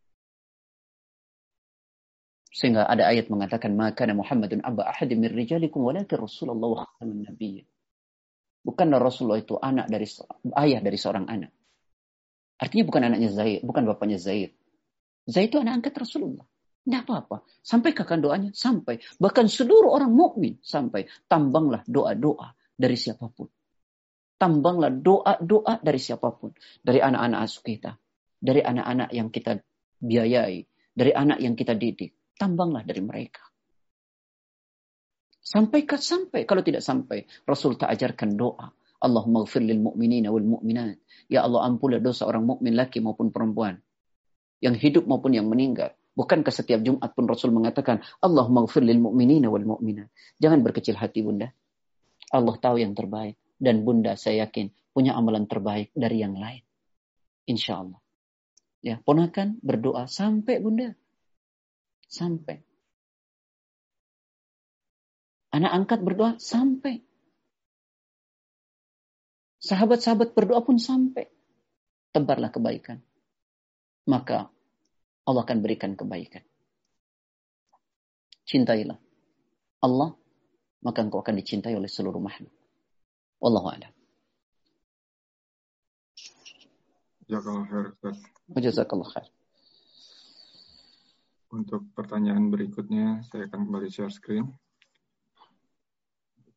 Sehingga ada ayat mengatakan, maka Muhammadun aba ahadim min rijalikum walakin Rasulullah wa khatamun nabiyyin. Bukanlah Rasulullah itu ayah dari seorang anak. Artinya bukan anaknya Zaid, bukan bapaknya Zaid. Zaid itu anak angkat Rasulullah. Tidak apa-apa. Sampaikan doanya, sampai. Bahkan seluruh orang mukmin sampai. Tambanglah doa-doa dari siapapun. Tambanglah doa-doa dari siapapun. Dari anak-anak asuh kita. Dari anak-anak yang kita biayai. Dari anak yang kita didik. Tambanglah dari mereka. Sampai. Kalau tidak sampai, Rasul tak ajarkan doa. Allahumma ghfir lil mu'minina wal mu'minat. Ya Allah, ampunlah dosa orang mukmin laki maupun perempuan. Yang hidup maupun yang meninggal. Bukankah setiap Jumat pun Rasul mengatakan, Allahumma ghfir lil mu'minina wal mu'minat. Jangan berkecil hati, Bunda. Allah tahu yang terbaik. Dan Bunda, saya yakin, punya amalan terbaik dari yang lain. Insya Allah. Ya, ponakan berdoa sampai, Bunda. Sampai. Anak angkat berdoa sampai. Sahabat-sahabat berdoa pun sampai. Tebarlah kebaikan. Maka Allah akan berikan kebaikan. Cintailah Allah, maka engkau akan dicintai oleh seluruh makhluk. Wallahu a'lam. Jazakallah khair, Ustaz. Jazakallah khair. Untuk pertanyaan berikutnya, saya akan kembali share screen.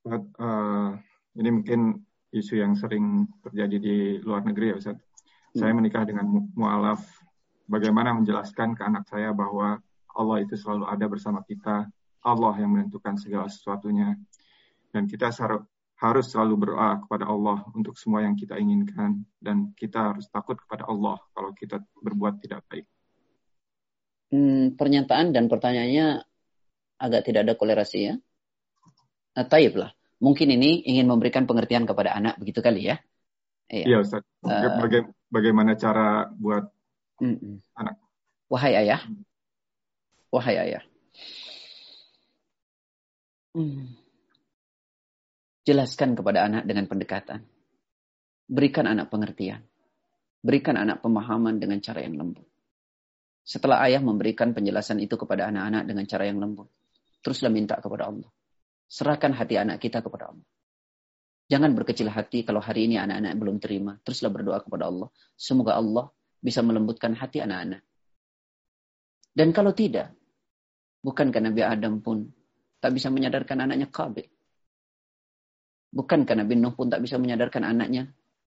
Ini mungkin isu yang sering terjadi di luar negeri ya Ustaz. Saya menikah dengan mu'alaf. Bagaimana menjelaskan ke anak saya bahwa Allah itu selalu ada bersama kita. Allah yang menentukan segala sesuatunya. Dan kita harus selalu berdoa kepada Allah untuk semua yang kita inginkan. Dan kita harus takut kepada Allah kalau kita berbuat tidak baik. Pernyataan dan pertanyaannya agak tidak ada kolerasi ya. Taib lah. Mungkin ini ingin memberikan pengertian kepada anak, begitu kali ya? Iya Ustaz. Bagaimana cara buat anak? Wahai ayah. Jelaskan kepada anak dengan pendekatan. Berikan anak pengertian. Berikan anak pemahaman dengan cara yang lembut. Setelah ayah memberikan penjelasan itu kepada anak-anak dengan cara yang lembut, teruslah minta kepada Allah. Serahkan hati anak kita kepada Allah. Jangan berkecil hati kalau hari ini anak-anak belum terima. Teruslah berdoa kepada Allah. Semoga Allah bisa melembutkan hati anak-anak. Dan kalau tidak, bukankah Nabi Adam pun tak bisa menyadarkan anaknya Qabil? Bukankah Nabi Nuh pun tak bisa menyadarkan anaknya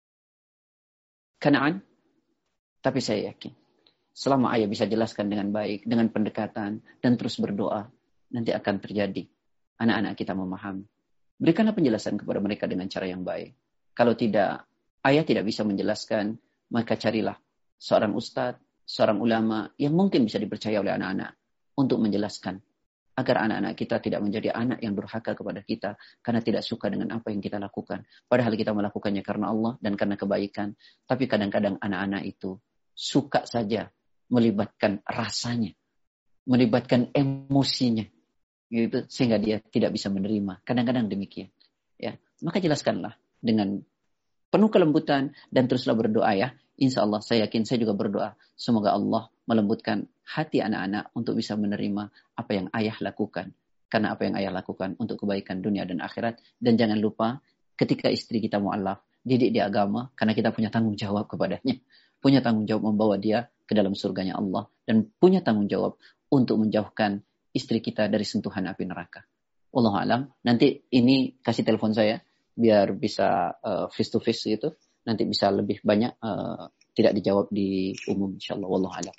Kanaan? Tapi saya yakin, selama ayah bisa jelaskan dengan baik, dengan pendekatan, dan terus berdoa, nanti akan terjadi. Anak-anak kita memahami. Berikanlah penjelasan kepada mereka dengan cara yang baik. Kalau tidak, ayah tidak bisa menjelaskan, maka carilah seorang ustadz, seorang ulama yang mungkin bisa dipercaya oleh anak-anak untuk menjelaskan. Agar anak-anak kita tidak menjadi anak yang durhaka kepada kita karena tidak suka dengan apa yang kita lakukan. Padahal kita melakukannya karena Allah dan karena kebaikan. Tapi kadang-kadang anak-anak itu suka saja melibatkan rasanya, melibatkan emosinya. Gitu, sehingga dia tidak bisa menerima. Kadang-kadang demikian. Ya, maka jelaskanlah dengan penuh kelembutan dan teruslah berdoa ya. Insya Allah saya yakin, saya juga berdoa. Semoga Allah melembutkan hati anak-anak untuk bisa menerima apa yang ayah lakukan. Karena apa yang ayah lakukan untuk kebaikan dunia dan akhirat. Dan jangan lupa ketika istri kita mu'alaf, didik di agama karena kita punya tanggung jawab kepadanya. Punya tanggung jawab membawa dia ke dalam surganya Allah. Dan punya tanggung jawab untuk menjauhkan istri kita dari sentuhan api neraka. Wallahu a'lam. Nanti ini kasih telepon saya biar bisa face to face gitu. Nanti bisa lebih banyak tidak dijawab di umum insyaallah. Wallahu a'lam.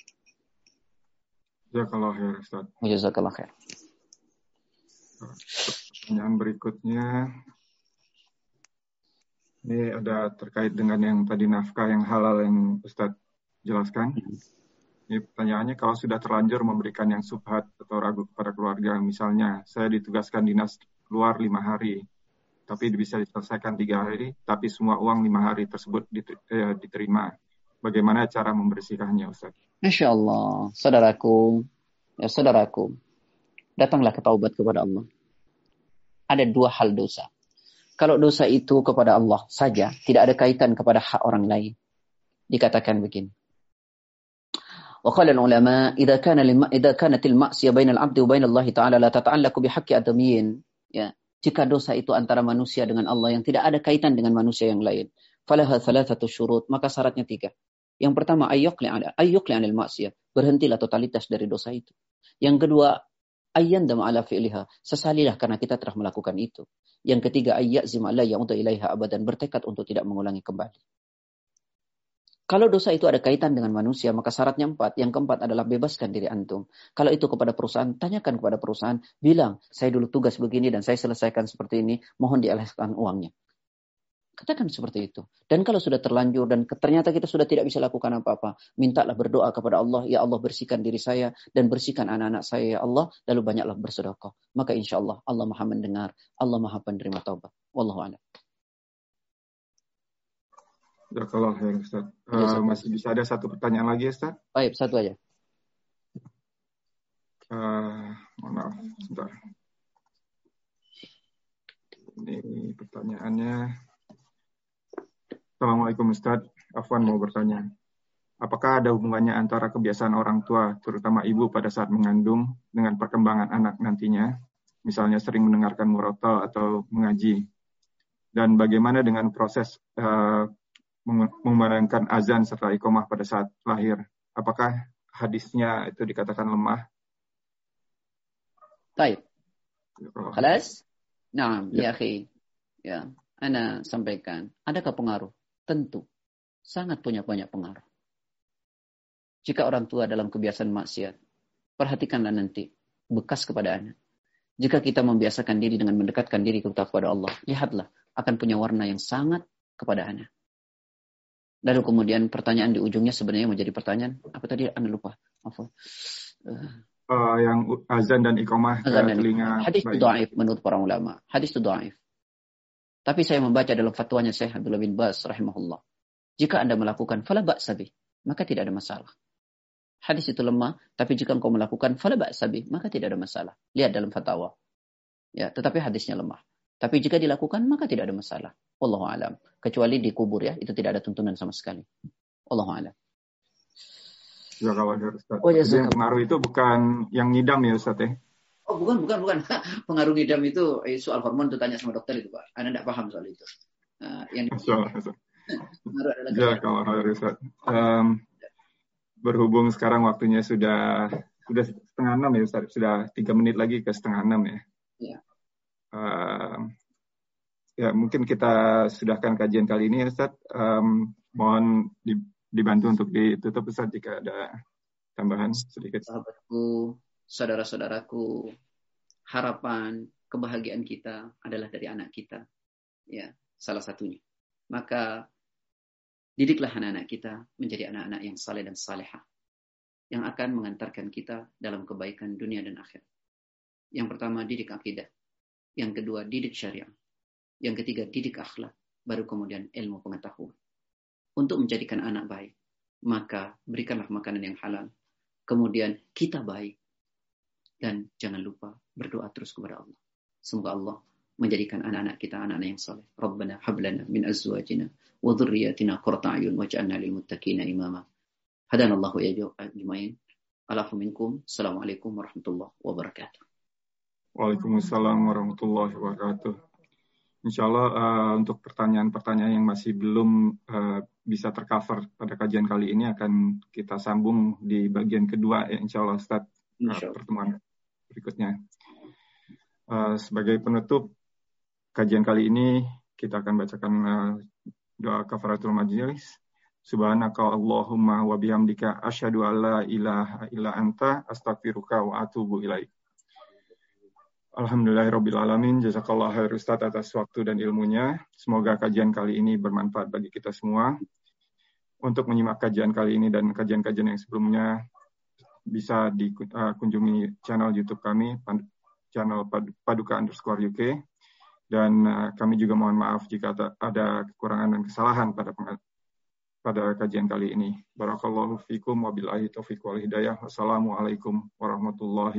Jazakallah khair Ustaz. Jazakallah khair. Pertanyaan berikutnya. Ini ada terkait dengan yang tadi nafkah yang halal yang Ustaz jelaskan. Ini pertanyaannya, kalau sudah terlanjur memberikan yang subhat atau ragu kepada keluarga, misalnya saya ditugaskan dinas luar 5 hari, tapi bisa diselesaikan 3 hari, tapi semua uang 5 hari tersebut diterima. Bagaimana cara membersihkannya, Ustaz? Masya Allah, saudaraku, datanglah ke taubat kepada Allah. Ada 2 hal dosa. Kalau dosa itu kepada Allah saja, tidak ada kaitan kepada hak orang lain. Dikatakan begini. وقال العلماء إذا كانت المعصية بين العبد وبين الله تعالى لا تتعلق بحق آدميين. Ya, jika dosa itu antara manusia dengan Allah yang tidak ada kaitan dengan manusia yang lain, falaha thalathatu syurut, maka syaratnya 3. Yang pertama ayyuqli 'anil ma'siyah, berhentilah totalitas dari dosa itu. Yang kedua ayyandam 'ala fi'liha, sesalilah karena kita telah melakukan itu. Yang ketiga ayyazim 'ala ya'udu ilaiha abadan, bertekad untuk tidak mengulangi kembali. Kalau dosa itu ada kaitan dengan manusia, maka syaratnya 4. Yang keempat adalah bebaskan diri antum. Kalau itu kepada perusahaan, tanyakan kepada perusahaan. Bilang, saya dulu tugas begini dan saya selesaikan seperti ini. Mohon dialihkan uangnya. Katakan seperti itu. Dan kalau sudah terlanjur dan ternyata kita sudah tidak bisa lakukan apa-apa, mintalah berdoa kepada Allah. Ya Allah, bersihkan diri saya dan bersihkan anak-anak saya, ya Allah. Lalu banyaklah bersedekah. Maka insya Allah, Allah maha mendengar. Allah maha penerima taubat. Wallahu a'lam. Jazakallah khair Ustaz. Masih bisa ada satu pertanyaan lagi Ustaz? Baik, satu aja. Mohon maaf, sebentar. Ini pertanyaannya. Assalamualaikum Ustaz. Afwan mau bertanya. Apakah ada hubungannya antara kebiasaan orang tua, terutama ibu pada saat mengandung, dengan perkembangan anak nantinya? Misalnya sering mendengarkan murotal atau mengaji. Dan bagaimana dengan proses memandangkan azan serta iqamah pada saat lahir? Apakah hadisnya itu dikatakan lemah? Baik. Khalas? Nah, ya akhi. Ya, ana sampaikan, adakah pengaruh? Tentu. Sangat punya banyak pengaruh. Jika orang tua dalam kebiasaan maksiat, perhatikanlah nanti bekas kepada anak. Jika kita membiasakan diri dengan mendekatkan diri kepada Allah, lihatlah akan punya warna yang sangat kepada anak. Lalu kemudian pertanyaan di ujungnya sebenarnya menjadi pertanyaan, apa tadi Anda lupa? Apa? Yang azan dan iqamah ke telinga. Hadis itu dhaif menurut para ulama. Hadis itu dhaif. Tapi saya membaca dalam fatwanya Syekh Abdullah bin Baz rahimahullah. Jika Anda melakukan fala ba'sa bih, maka tidak ada masalah. Hadis itu lemah, tapi jika engkau melakukan fala ba'sa bih, maka tidak ada masalah. Lihat dalam fatwa. Ya, tetapi hadisnya lemah. Tapi jika dilakukan, maka tidak ada masalah. Wallahu a'lam. Kecuali dikubur ya, itu tidak ada tuntunan sama sekali. Wallahu a'lam. Ya kalau Ustaz. Jadi yang pengaruh itu bukan yang ngidam ya Ustaz ya? Oh bukan. Pengaruh ngidam itu soal hormon itu tanya sama dokter itu Pak. Anda tidak paham soal itu. Ya kalau Ustaz. Berhubung sekarang waktunya sudah 5:30 ya Ustaz. Sudah 3 menit lagi ke 5:30 ya. Ya. Ya mungkin kita sudahkan kajian kali ini ya Ustaz. Mohon dibantu untuk ditutup Ustaz jika ada tambahan sedikit. Sahabatku, saudara-saudaraku, harapan, kebahagiaan kita adalah dari anak kita. Ya, salah satunya. Maka didiklah anak-anak kita menjadi anak-anak yang saleh dan salehah, yang akan mengantarkan kita dalam kebaikan dunia dan akhirat. Yang pertama, didik akidah. Yang kedua, didik syariah. Yang ketiga, didik akhlak. Baru kemudian ilmu pengetahuan. Untuk menjadikan anak baik, maka berikanlah makanan yang halal. Kemudian kita baik. Dan jangan lupa berdoa terus kepada Allah. Semoga Allah menjadikan anak-anak kita anak-anak yang saleh. Rabbana hablana min azwajina wa dhurriyyatina qurrata a'yun waj'alna lil muttaqina imama. Hadanallahu ya ajmain. Alafu minkum. Assalamualaikum warahmatullahi wabarakatuh. Waalaikumsalam warahmatullahi wabarakatuh. Insyaallah untuk pertanyaan-pertanyaan yang masih belum bisa tercover pada kajian kali ini akan kita sambung di bagian kedua ya insyaallah Ustaz pertemuan berikutnya. Sebagai penutup kajian kali ini kita akan bacakan doa kafaratul majlis. Subhanaka Allahumma wa bihamdika asyhadu an la ilaha illa anta astaghfiruka wa atubu ilaik. Alhamdulillahirabbil alamin. Jazakallahu khair Ustaz atas waktu dan ilmunya. Semoga kajian kali ini bermanfaat bagi kita semua. Untuk menyimak kajian kali ini dan kajian-kajian yang sebelumnya bisa dikunjungi channel YouTube kami, channel Paduka_UK. Dan kami juga mohon maaf jika ada kekurangan dan kesalahan pada kajian kali ini. Barakallahu fikum wabillahi taufiq wal hidayah. Wassalamualaikum warahmatullahi